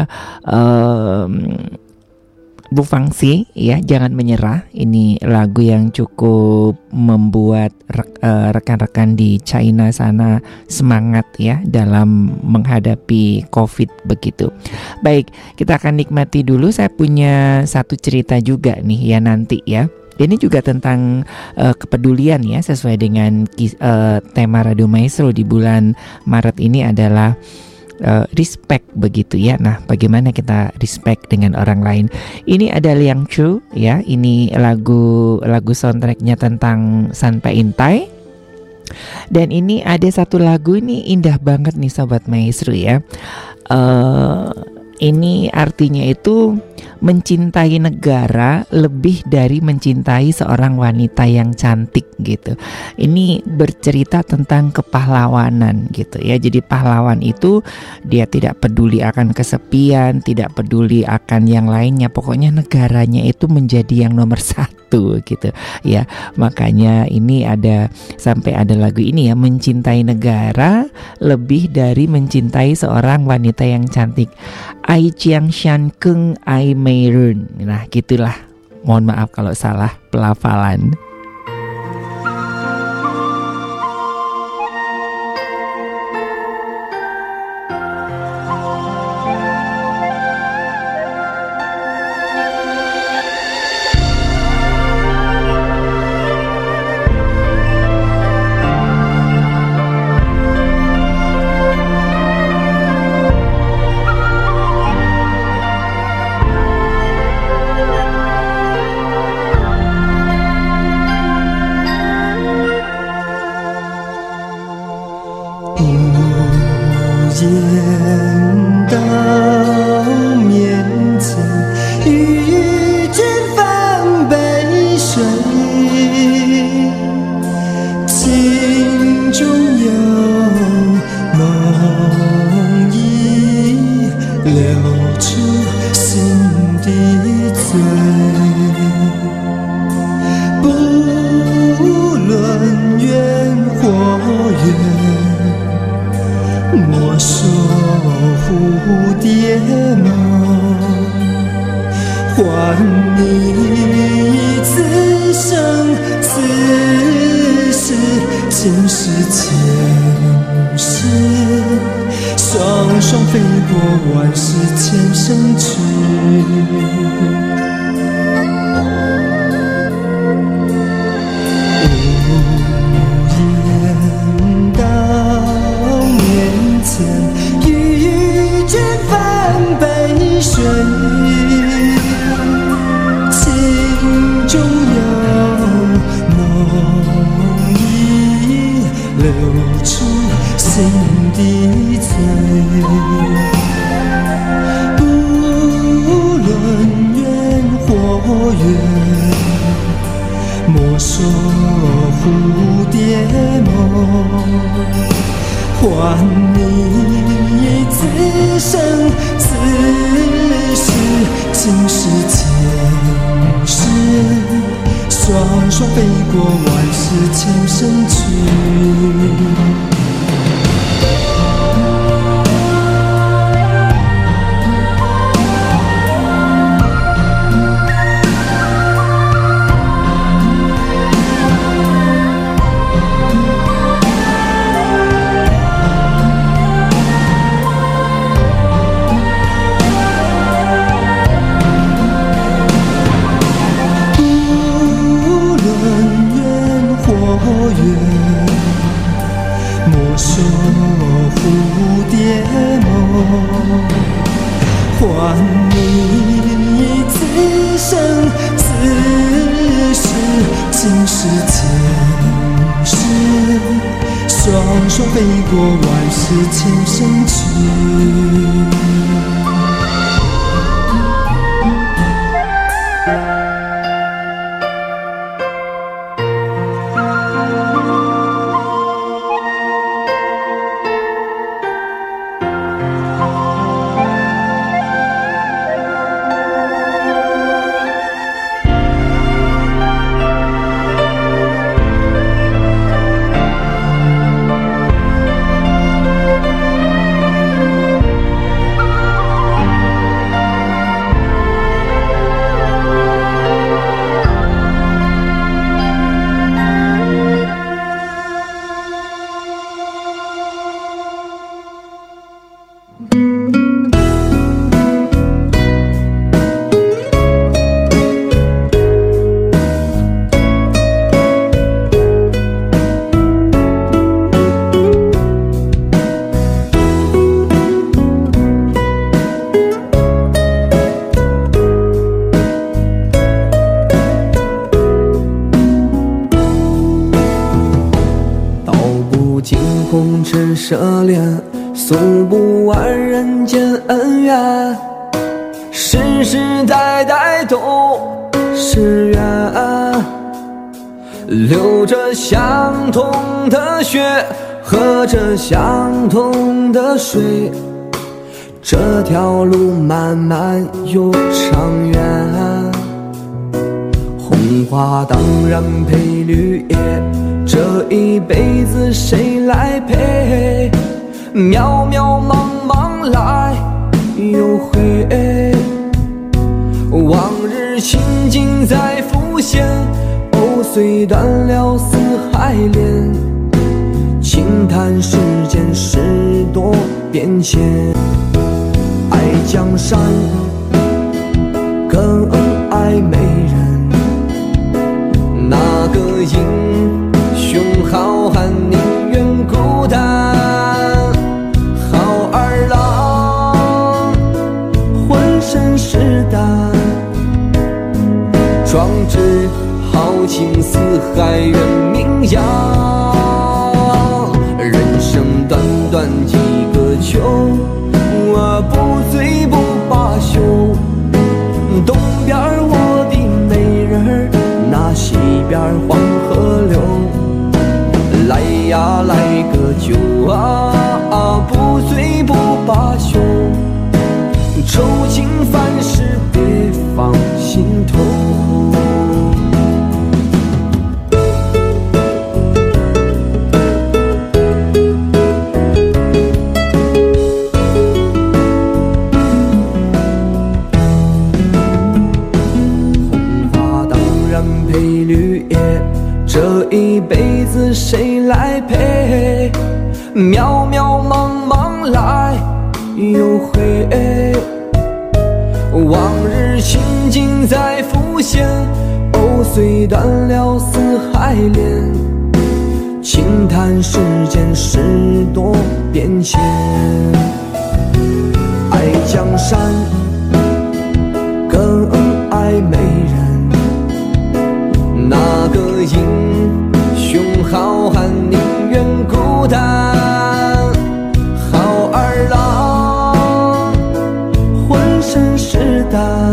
um, Bu Fangsi ya, Jangan Menyerah. Ini lagu yang cukup membuat rek, uh, rekan-rekan di China sana semangat ya dalam menghadapi COVID begitu. Baik, kita akan nikmati dulu. Saya punya satu cerita juga nih ya nanti ya. Ini juga tentang uh, kepedulian ya, sesuai dengan uh, tema Radio Maestro di bulan Maret ini adalah Uh, respect begitu ya. Nah, bagaimana kita respect dengan orang lain? Ini ada Liang Chu ya. Ini lagu lagu soundtracknya tentang Sampai Intai. Dan ini ada satu lagu, ini indah banget nih Sobat Maestro ya. Uh, ini artinya itu mencintai negara lebih dari mencintai seorang wanita yang cantik gitu. Ini bercerita tentang kepahlawanan gitu ya. Jadi pahlawan itu dia tidak peduli akan kesepian, tidak peduli akan yang lainnya, pokoknya negaranya itu menjadi yang nomor satu gitu ya. Makanya ini ada, sampai ada lagu ini ya, mencintai negara lebih dari mencintai seorang wanita yang cantik. Ai Chiang Shan Keng Ai Mei Run. Nah, gitulah. Mohon maaf kalau salah pelafalan. 还你此生此世今世前世，双双飞过万世千生去。还你此生此世今世前世，双双飞过万世千生去。 涉猎诉不完人间恩怨，世世代代都是缘，流着相同的血，喝着相同的水，这条路漫漫又长远。红花当然配绿叶，这一辈子谁来陪？渺渺茫茫来又回，往日情景在浮现，藕虽断了丝还连，轻叹世间事多变迁。爱江山更爱美人，那个英雄好汉宁愿孤单，好儿郎浑身是胆，壮志豪情四海远名扬。人生短短几个秋，我不醉不罢休，东边我的美人儿，那西边黄河流，来呀来个酒啊，不醉不罢休，愁情烦事别放心头。这一辈子谁来陪？渺渺茫茫来又回，往日情景在浮现，藕虽断了丝还连，轻叹世间事多变迁。爱江山更爱美人，那个英雄好汉宁愿孤单，好儿郎浑身是胆，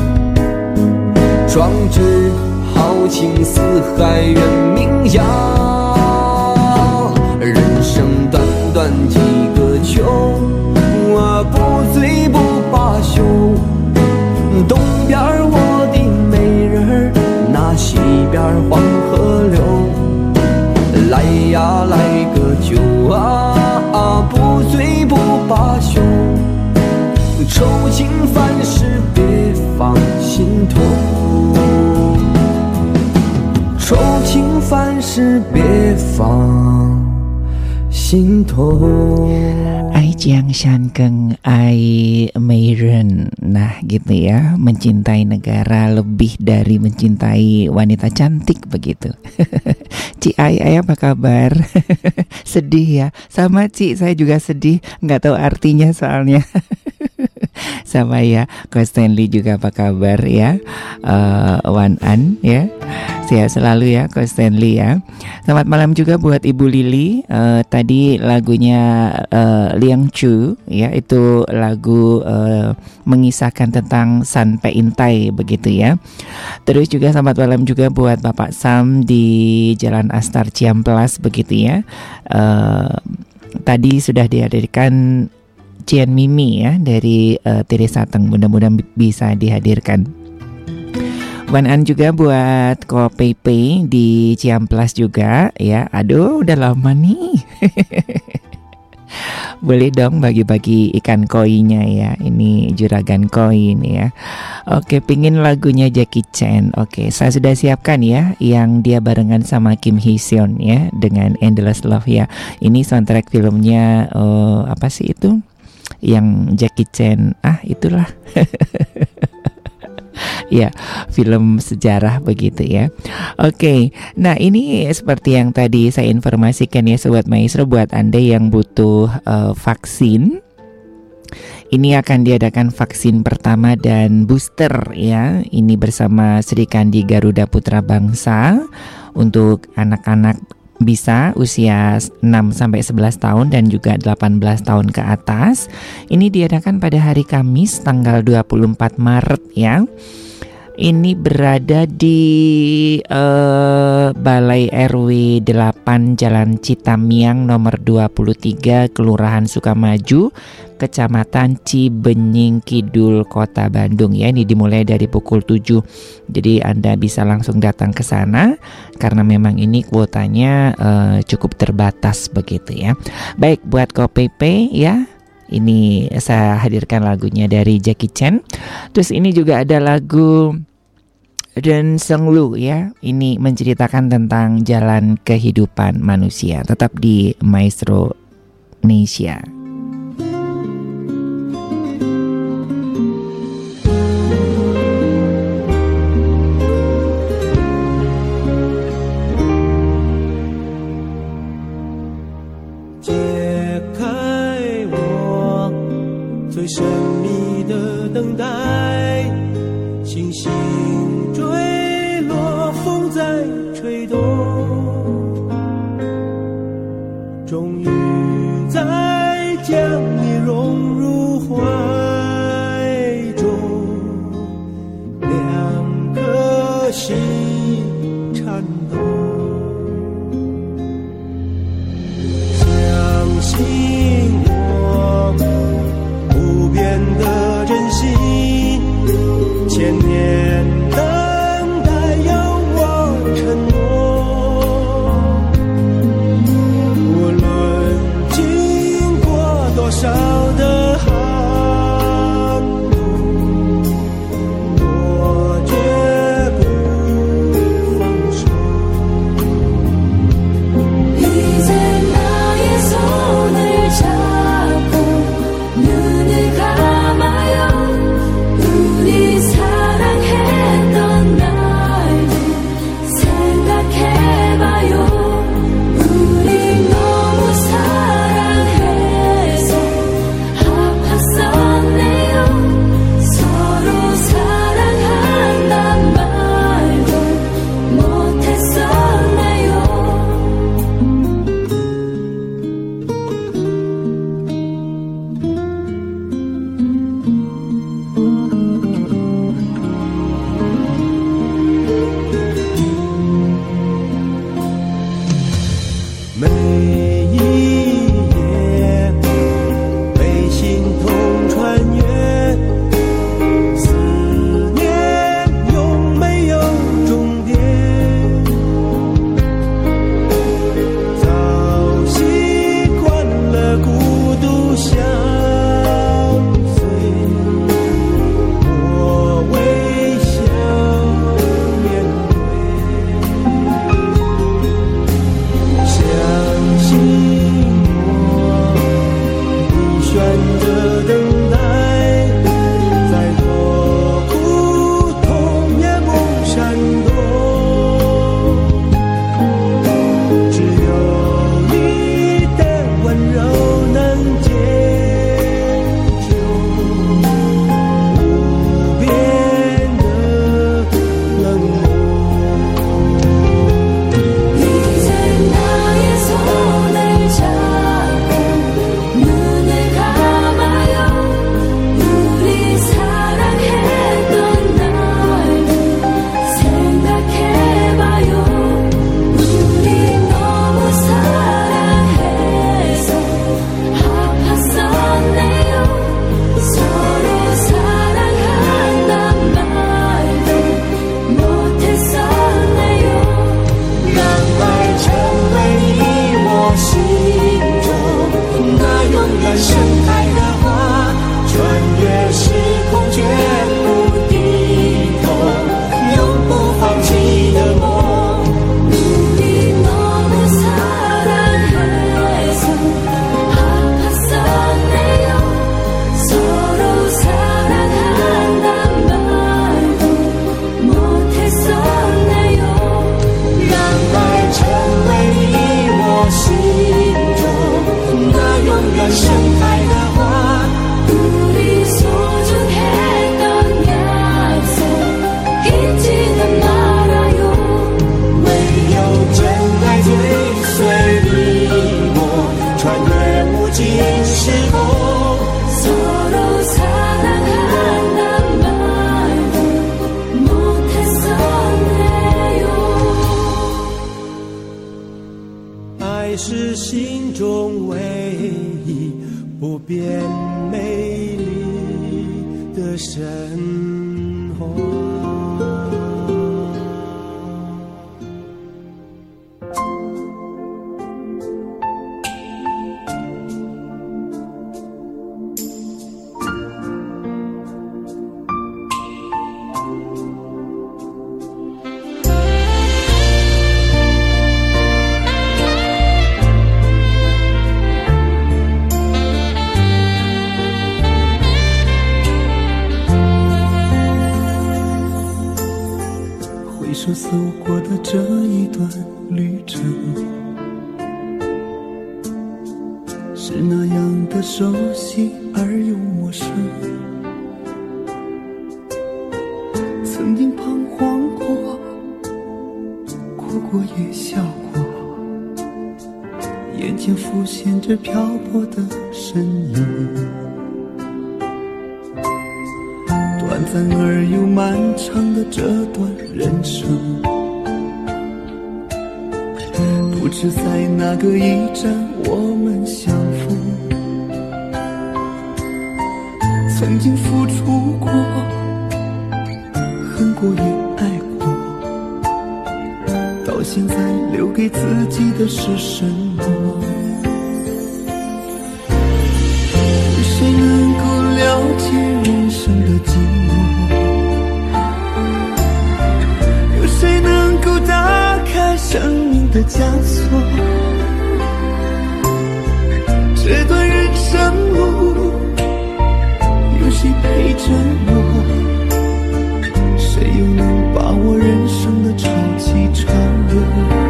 壮志豪情四海远名扬。人生短短几事别放心头. Ai Jiang Shan Keng Ai Meiren. Nah gitu ya, mencintai negara lebih dari mencintai wanita cantik begitu. Ci Ai, Ai apa kabar? Sedih ya? Sama Ci, saya juga sedih, nggak tahu artinya soalnya. Sama ya, Ko Stanley juga apa kabar ya? uh, Wan An ya, sehat selalu ya Ko Stanley ya. Selamat malam juga buat Ibu Lili. uh, Tadi lagunya uh, Liang Chu ya, itu lagu uh, mengisahkan tentang San Pe Intai begitu ya. Terus juga selamat malam juga buat Bapak Sam di Jalan Astar Ciamplas begitu ya. uh, Tadi sudah dihadirkan Cian Mimi ya dari uh, Teresa Teng, mudah-mudahan bisa dihadirkan. Wan An juga buat Ko Pepe di Ciamplas juga ya. Aduh udah lama nih. Boleh dong bagi-bagi ikan koinya ya. Ini juragan koin ya. Oke, pingin lagunya Jackie Chan. Oke, saya sudah siapkan ya, yang dia barengan sama Kim Hee Seon ya, dengan Endless Love ya. Ini soundtrack filmnya uh, apa sih itu? Yang Jackie Chan, ah itulah. Ya, film sejarah begitu ya. Oke, nah ini seperti yang tadi saya informasikan ya Sobat Maestro, buat Anda yang butuh uh, vaksin, ini akan diadakan vaksin pertama dan booster ya. Ini bersama Sri Kandi Garuda Putra Bangsa untuk anak-anak bisa usia enam sampai sebelas tahun dan juga delapan belas tahun ke atas. Ini diadakan pada hari Kamis tanggal dua puluh empat Maret ya. Ini berada di uh, Balai R W delapan Jalan Citamiang nomor dua puluh tiga, Kelurahan Sukamaju, Kecamatan Cibenying Kidul, Kota Bandung ya. Ini dimulai dari pukul tujuh. Jadi Anda bisa langsung datang ke sana karena memang ini kuotanya uh, cukup terbatas begitu ya. Baik, buat Ko Pepe ya. Ini saya hadirkan lagunya dari Jackie Chan. Terus ini juga ada lagu Ren Seng Lu ya. Ini menceritakan tentang jalan kehidupan manusia. Tetap di Maestro Indonesia. 千年着等待，再多苦痛也不闪躲，只有你的温柔能解救无边的冷漠。 이제 나의 손을 잡고 눈을 감아요. 우리 사랑했던 날도 생각해봐요. 우리 너무 사랑해서 아팠었네요. 서로 사랑한단 말도 못했었네요. 让爱成为你我心中那永远盛开的花，穿越时空绝不低头，永不放弃的梦。 우리 너무 사랑해서 아팠었네요. 서로 사랑한단 말도 못했었네요. 让爱成为你我心中那永远盛开的花， 우리 소중했던 약속 잊지는 말아요. 唯有真爱追随你我，穿越无尽时空。 서로 사랑한단 말도 못했었네요. 爱是心中唯一不变美丽的神话。回首走过的这一段旅程，是那样的熟悉而又陌生。曾经彷徨过，哭过也笑过，眼前浮现着漂泊的身影。 短暂而又漫长的这段人生，不知在哪个驿站我们相逢。曾经付出过，恨过也爱过，到现在留给自己的是什么？有谁能够了解人生的寂寞？ 谁能够打开生命的枷锁？这段人生路，有谁陪着我？谁又能把握人生的潮起潮落？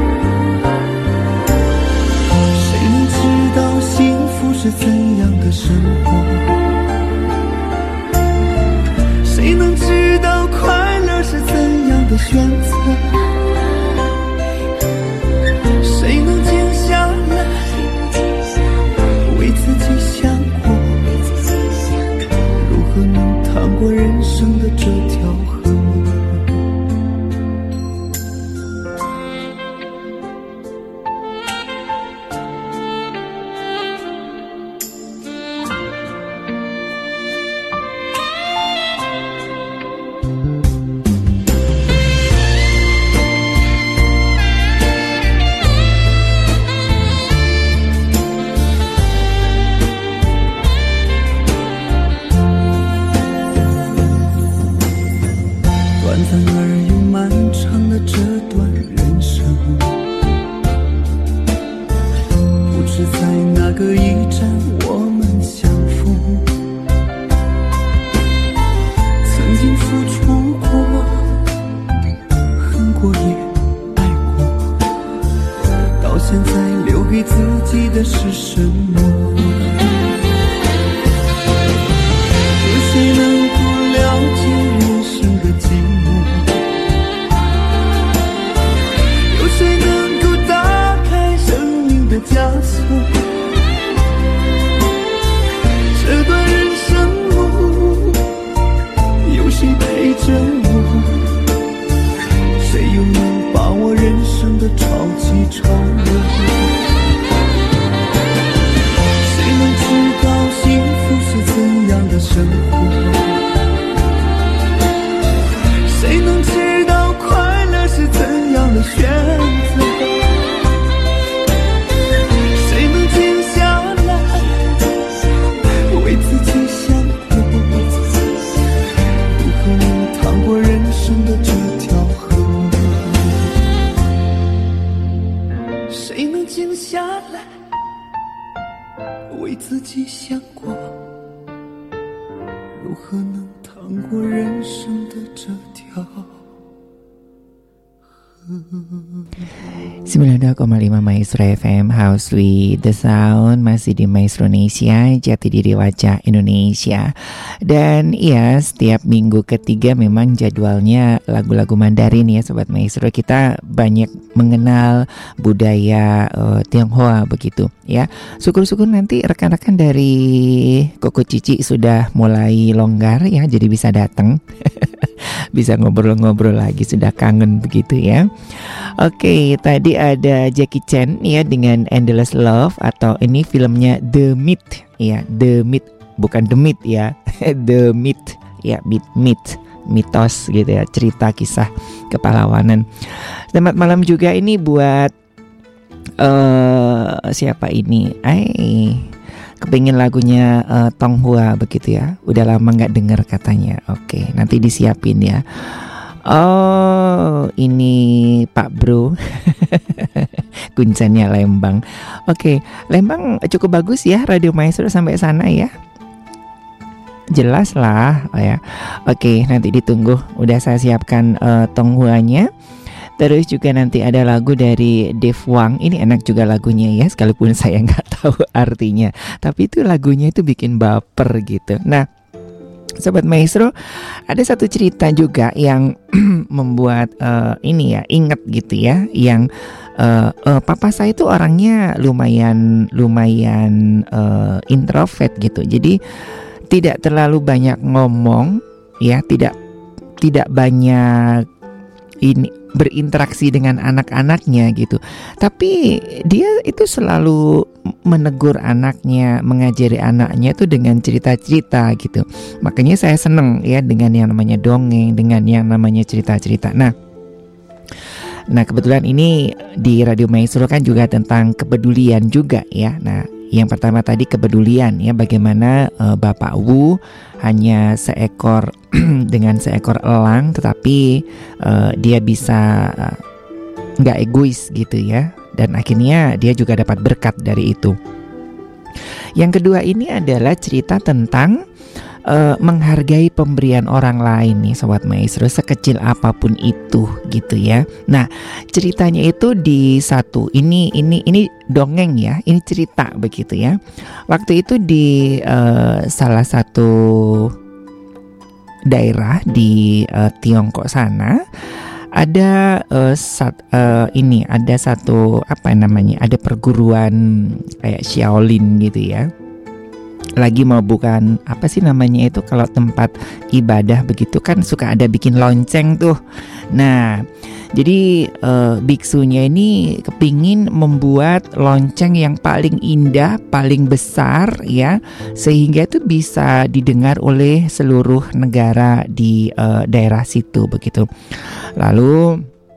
谁能知道幸福是怎样的生活？谁能知道快乐是怎样的选择？谁能静下来为自己想过？如何能趟过人生的这条河？ 我人生的这条 sembilan puluh dua koma lima Maestro F M House with the Sound, masih di Maestro Indonesia, jati diri wajah Indonesia. Dan iya, setiap minggu ketiga memang jadwalnya lagu-lagu Mandarin ya Sobat Maestro. Kita banyak mengenal budaya uh, Tionghoa begitu ya. Syukur-syukur nanti rekan-rekan dari Koko Cici sudah mulai longgar ya, jadi bisa datang. Bisa ngobrol-ngobrol lagi, sudah kangen begitu ya. Oke, tadi ada Jackie Chan ya dengan Endless Love, atau ini filmnya The Myth ya, The Myth, bukan The Myth ya. The Myth ya, Myth, Myth, mitos gitu ya, cerita kisah kepahlawanan. Selamat malam juga ini buat uh, siapa ini? Ay, kepingin lagunya uh, Tong Hua begitu ya. Udah lama gak denger katanya. Oke, nanti disiapin ya. Oh, ini Pak Bro. Kuncanya Lembang. Oke, Lembang cukup bagus ya Radio Maestro sampai sana ya. Jelas lah oh ya. Oke, nanti ditunggu. Udah saya siapkan uh, Tong Hua-nya. Terus juga nanti ada lagu dari Dave Wang. Ini enak juga lagunya ya, sekalipun saya nggak tahu artinya. Tapi itu lagunya itu bikin baper gitu. Nah, Sobat Maestro, ada satu cerita juga yang membuat uh, ini ya, inget gitu ya. Yang uh, uh, papa saya itu orangnya lumayan lumayan uh, introvert gitu. Jadi tidak terlalu banyak ngomong ya, tidak tidak banyak ini berinteraksi dengan anak-anaknya gitu. Tapi dia itu selalu menegur anaknya, mengajari anaknya itu dengan cerita-cerita gitu. Makanya saya seneng ya dengan yang namanya dongeng, dengan yang namanya cerita-cerita. Nah, nah kebetulan ini di Radio Maestro kan juga tentang kepedulian juga ya. Nah, yang pertama tadi kepedulian ya, bagaimana uh, Bapak Wu hanya seekor dengan seekor elang, tetapi uh, dia bisa uh, nggak egois gitu ya, dan akhirnya dia juga dapat berkat dari itu. Yang kedua ini adalah cerita tentang uh, menghargai pemberian orang lain nih Sobat Maestro, sekecil apapun itu gitu ya. Nah, ceritanya itu di satu ini ini ini dongeng ya, ini cerita begitu ya. Waktu itu di uh, salah satu daerah di uh, Tiongkok sana ada uh, sat, uh, ini ada satu apa namanya, ada perguruan kayak Shaolin gitu ya. Lagi mau bukan apa sih namanya itu, kalau tempat ibadah begitu kan suka ada bikin lonceng tuh. Nah, jadi uh, biksunya ini kepingin membuat lonceng yang paling indah, paling besar ya, sehingga itu bisa didengar oleh seluruh negara di uh, daerah situ begitu. Lalu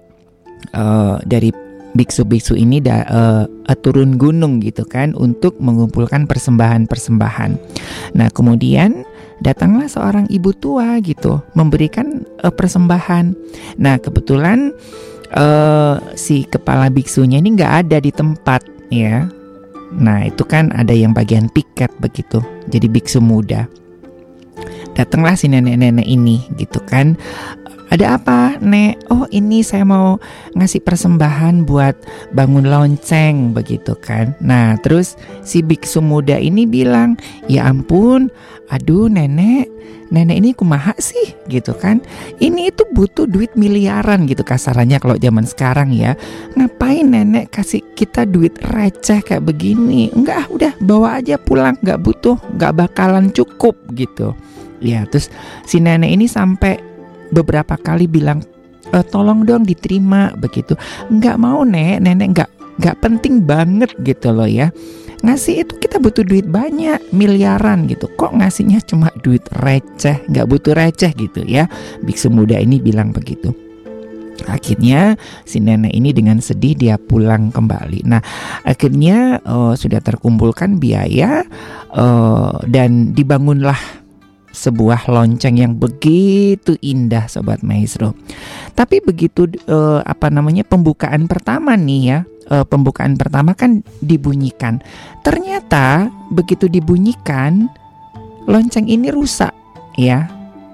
uh, dari biksu-biksu ini da, uh, uh, turun gunung gitu kan untuk mengumpulkan persembahan-persembahan. Nah, kemudian datanglah seorang ibu tua gitu memberikan uh, persembahan. Nah, kebetulan uh, si kepala biksunya ini nggak ada di tempat ya. Nah, itu kan ada yang bagian piket begitu. Jadi biksu muda. Datanglah si nenek-nenek ini gitu kan. Ada apa, Nek? Oh, ini saya mau ngasih persembahan buat bangun lonceng begitu kan. Nah, terus si biksu muda ini bilang, "Ya ampun, aduh Nenek, Nenek ini kumaha sih?" gitu kan. Ini itu butuh duit miliaran gitu kasarannya kalau zaman sekarang ya. Ngapain Nenek kasih kita duit receh kayak begini? Enggak, udah bawa aja pulang, enggak butuh, enggak bakalan cukup gitu. Ya, terus si nenek ini sampai beberapa kali bilang, e, tolong dong diterima begitu. Nggak mau Nek, Nenek nggak nggak penting banget gitu loh ya. Ngasih itu kita butuh duit banyak, miliaran gitu. Kok ngasihnya cuma duit receh, nggak butuh receh gitu ya. Biksu muda ini bilang begitu. Akhirnya si nenek ini dengan sedih dia pulang kembali. Nah, akhirnya uh, sudah terkumpulkan biaya uh, dan dibangunlah sebuah lonceng yang begitu indah Sobat Maestro. Tapi begitu uh, apa namanya pembukaan pertama nih ya, uh, pembukaan pertama kan dibunyikan. Ternyata begitu dibunyikan lonceng ini rusak ya.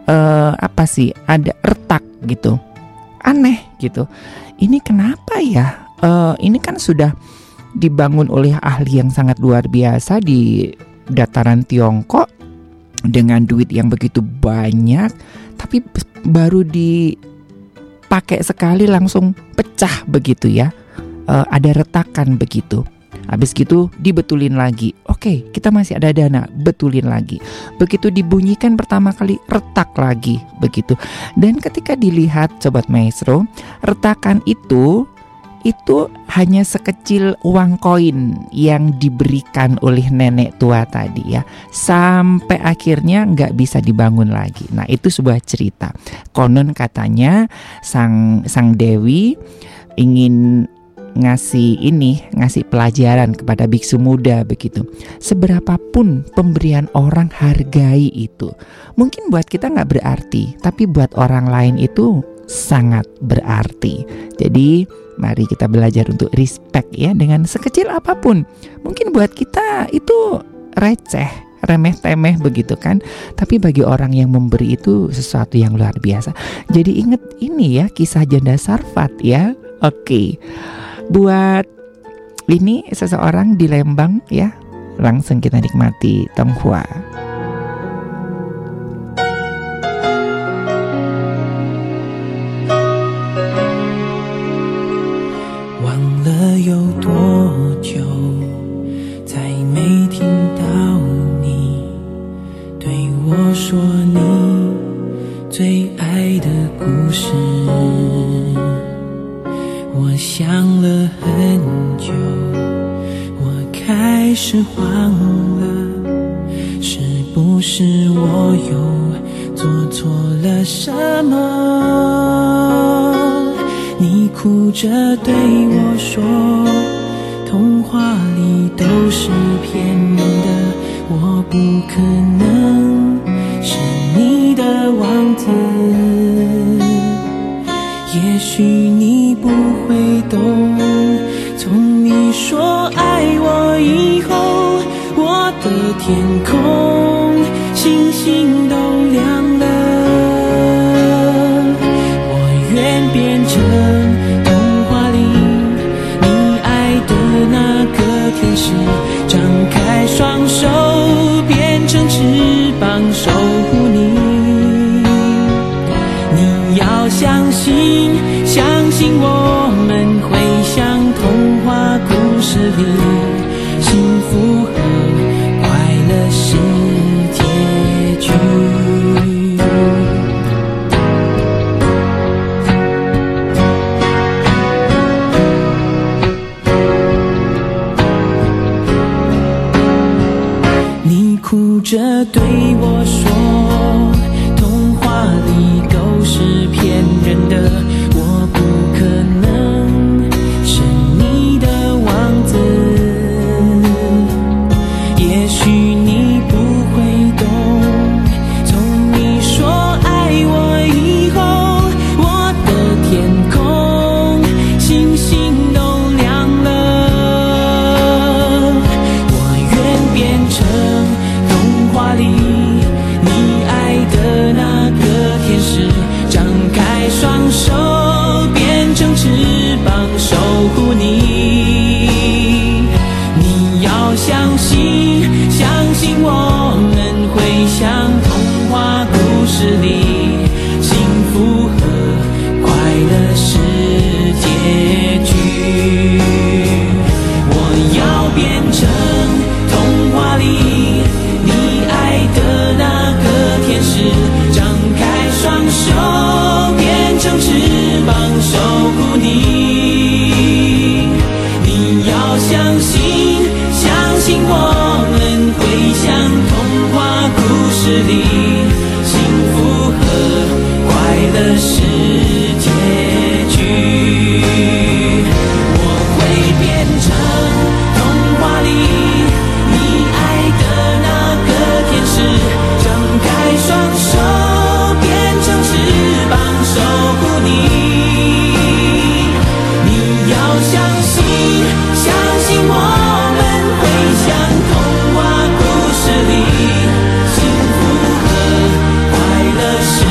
uh, apa sih, ada retak gitu. Aneh gitu. Ini kenapa ya? Uh, ini kan sudah dibangun oleh ahli yang sangat luar biasa di dataran Tiongkok dengan duit yang begitu banyak, tapi baru dipakai sekali langsung pecah begitu ya. Uh, ada retakan begitu. Habis gitu dibetulin lagi. Oke, kita masih ada dana, betulin lagi. Begitu dibunyikan pertama kali, retak lagi begitu. Dan ketika dilihat Sobat Maestro, retakan itu itu hanya sekecil uang koin yang diberikan oleh nenek tua tadi ya, sampai akhirnya nggak bisa dibangun lagi. Nah, itu sebuah cerita. Konon katanya sang sang dewi ingin ngasih ini, ngasih pelajaran kepada biksu muda begitu. Seberapapun pemberian orang, hargai itu. Mungkin buat kita nggak berarti, tapi buat orang lain itu sangat berarti. Jadi mari kita belajar untuk respect ya, dengan sekecil apapun. Mungkin buat kita itu receh, remeh-temeh begitu kan, tapi bagi orang yang memberi itu sesuatu yang luar biasa. Jadi ingat ini ya, kisah janda Sarfat ya. Oke, buat ini seseorang di Lembang ya, langsung kita nikmati Tonghua. 有多久才没听到你对我说你最爱的故事？我想了很久，我开始慌了，是不是我又做错了什么？你哭着对我说，童话里都是骗人的，我不可能是你的王子。也许你不会懂，从你说爱我以后，我的天空星星都亮了。我愿变成童话里你爱的那个天使，张开双手变成翅膀守护你。你要相信，相信我们会像童话故事里，幸福和快乐是结局。你哭着对我说，童话里都是骗人的，我不可能是你的王子。也许你不会懂，从你说爱我以后，我的天空星星都亮了。我愿变成童话里你爱的那个天使，张开双手变成翅膀守护你。你要相信，相信我们会像童话故事里，幸福和快乐是结局。我要变成童话里你爱的那个天使，张开双手变成翅膀守护你。你要相信，相信我们会像童话故事里，幸福和快乐是结局。我会变成童话里你爱的那个天使，张开双手变成翅膀守护你。你要相信，相信我们会像童话故事里，幸福和快乐是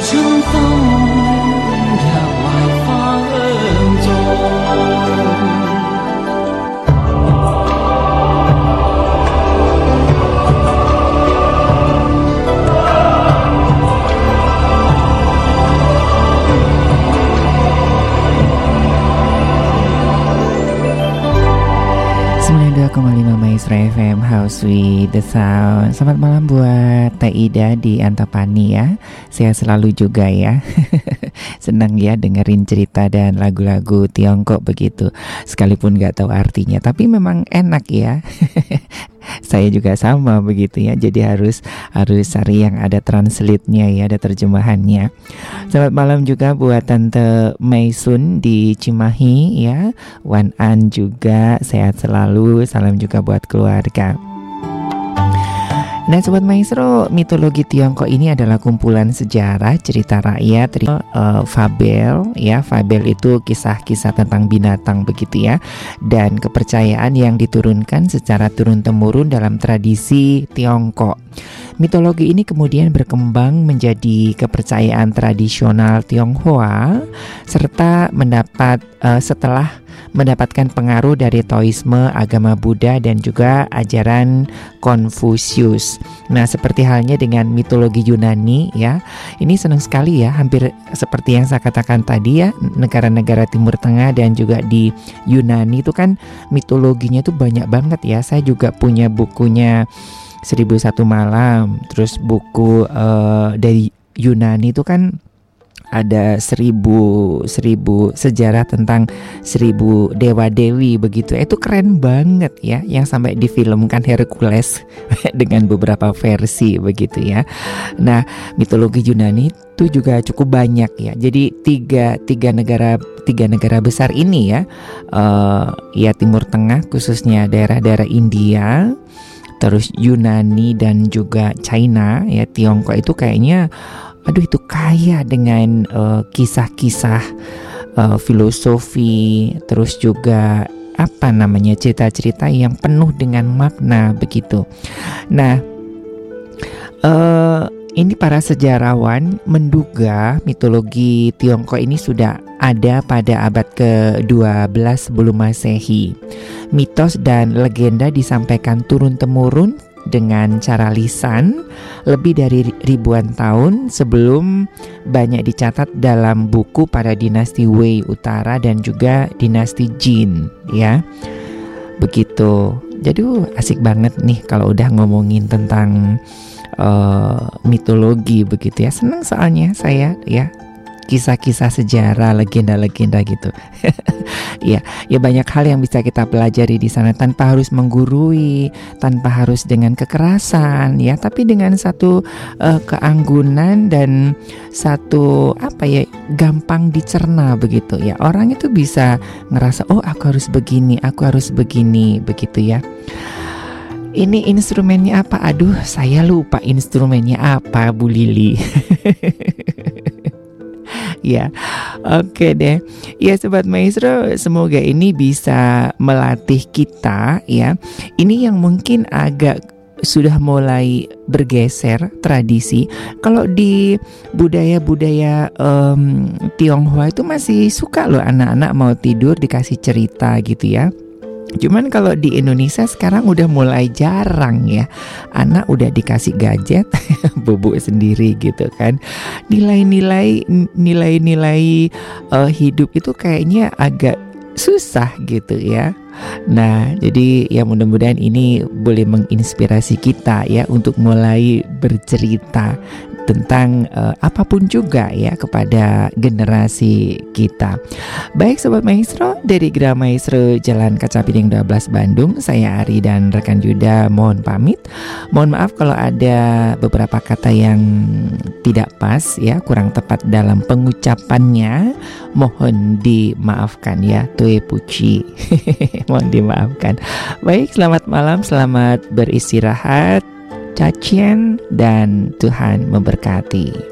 春風也懷花香中。 sembilan puluh dua koma lima Maestro F M, House with the Sound. Selamat malam buat Teh Ida di Antapani ya. Sehat selalu juga ya. Senang ya dengerin cerita dan lagu-lagu Tiongkok begitu. Sekalipun gak tahu artinya, tapi memang enak ya. Saya juga sama begitu ya. Jadi harus harus cari yang ada translate-nya ya, ada terjemahannya. Selamat malam juga buat Tante Meisun di Cimahi ya. Wan An juga sehat selalu. Salam juga buat keluarga. Nah Sobat Maestro, mitologi Tiongkok ini adalah kumpulan sejarah, cerita rakyat, uh, fabel ya. Fabel itu kisah-kisah tentang binatang begitu ya. Dan kepercayaan yang diturunkan secara turun-temurun dalam tradisi Tiongkok. Mitologi ini kemudian berkembang menjadi kepercayaan tradisional Tionghoa serta mendapat uh, setelah mendapatkan pengaruh dari Taoisme, agama Buddha dan juga ajaran Konfusius. Nah, seperti halnya dengan mitologi Yunani ya. Ini senang sekali ya, hampir seperti yang saya katakan tadi ya, negara-negara Timur Tengah dan juga di Yunani itu kan mitologinya tuh banyak banget ya. Saya juga punya bukunya Seribu Satu Malam, terus buku uh, dari Yunani itu kan ada seribu seribu sejarah tentang seribu dewa dewi begitu. Itu keren banget ya, yang sampai difilmkan Hercules dengan beberapa versi begitu ya. Nah, mitologi Yunani itu juga cukup banyak ya. Jadi tiga tiga negara tiga negara besar ini ya, uh, ya Timur Tengah khususnya daerah-daerah India, terus Yunani dan juga China ya, Tiongkok itu kayaknya aduh itu kaya dengan uh, kisah-kisah uh, filosofi, terus juga apa namanya cerita-cerita yang penuh dengan makna begitu. Nah, uh, ini para sejarawan menduga mitologi Tiongkok ini sudah ada pada abad kedua belas sebelum Masehi. Mitos dan legenda disampaikan turun-temurun dengan cara lisan lebih dari ribuan tahun sebelum banyak dicatat dalam buku pada dinasti Wei Utara dan juga dinasti Jin ya. Begitu. Jadi asik banget nih kalau udah ngomongin tentang uh, mitologi begitu ya. Senang soalnya saya ya, kisah-kisah sejarah, legenda-legenda gitu. Ya, ya banyak hal yang bisa kita pelajari di sana tanpa harus menggurui, tanpa harus dengan kekerasan ya, tapi dengan satu uh, keanggunan dan satu apa ya, gampang dicerna begitu ya. Orang itu bisa ngerasa oh aku harus begini, aku harus begini begitu ya. Ini instrumennya apa? Aduh, saya lupa instrumennya apa, Bu Lili. Ya, oke deh. Ya Sobat Maestro, semoga ini bisa melatih kita ya. Ini yang mungkin agak sudah mulai bergeser tradisi. Kalau di budaya-budaya um, Tionghoa itu masih suka loh anak-anak mau tidur dikasih cerita gitu ya. Cuman kalau di Indonesia sekarang udah mulai jarang ya. Anak udah dikasih gadget, bubuk sendiri gitu kan. Nilai-nilai nilai-nilai uh, hidup itu kayaknya agak susah gitu ya. Nah, jadi ya mudah-mudahan ini boleh menginspirasi kita ya untuk mulai bercerita tentang uh, apapun juga ya kepada generasi kita. Baik Sobat Maestro, dari Gerah Maestro Jalan Kaca Piring dua belas Bandung, saya Ari dan rekan Yuda mohon pamit. Mohon maaf kalau ada beberapa kata yang tidak pas ya, kurang tepat dalam pengucapannya. Mohon dimaafkan ya, Tue Puci. Mohon dimaafkan. Baik, selamat malam, selamat beristirahat. Cacien dan Tuhan memberkati.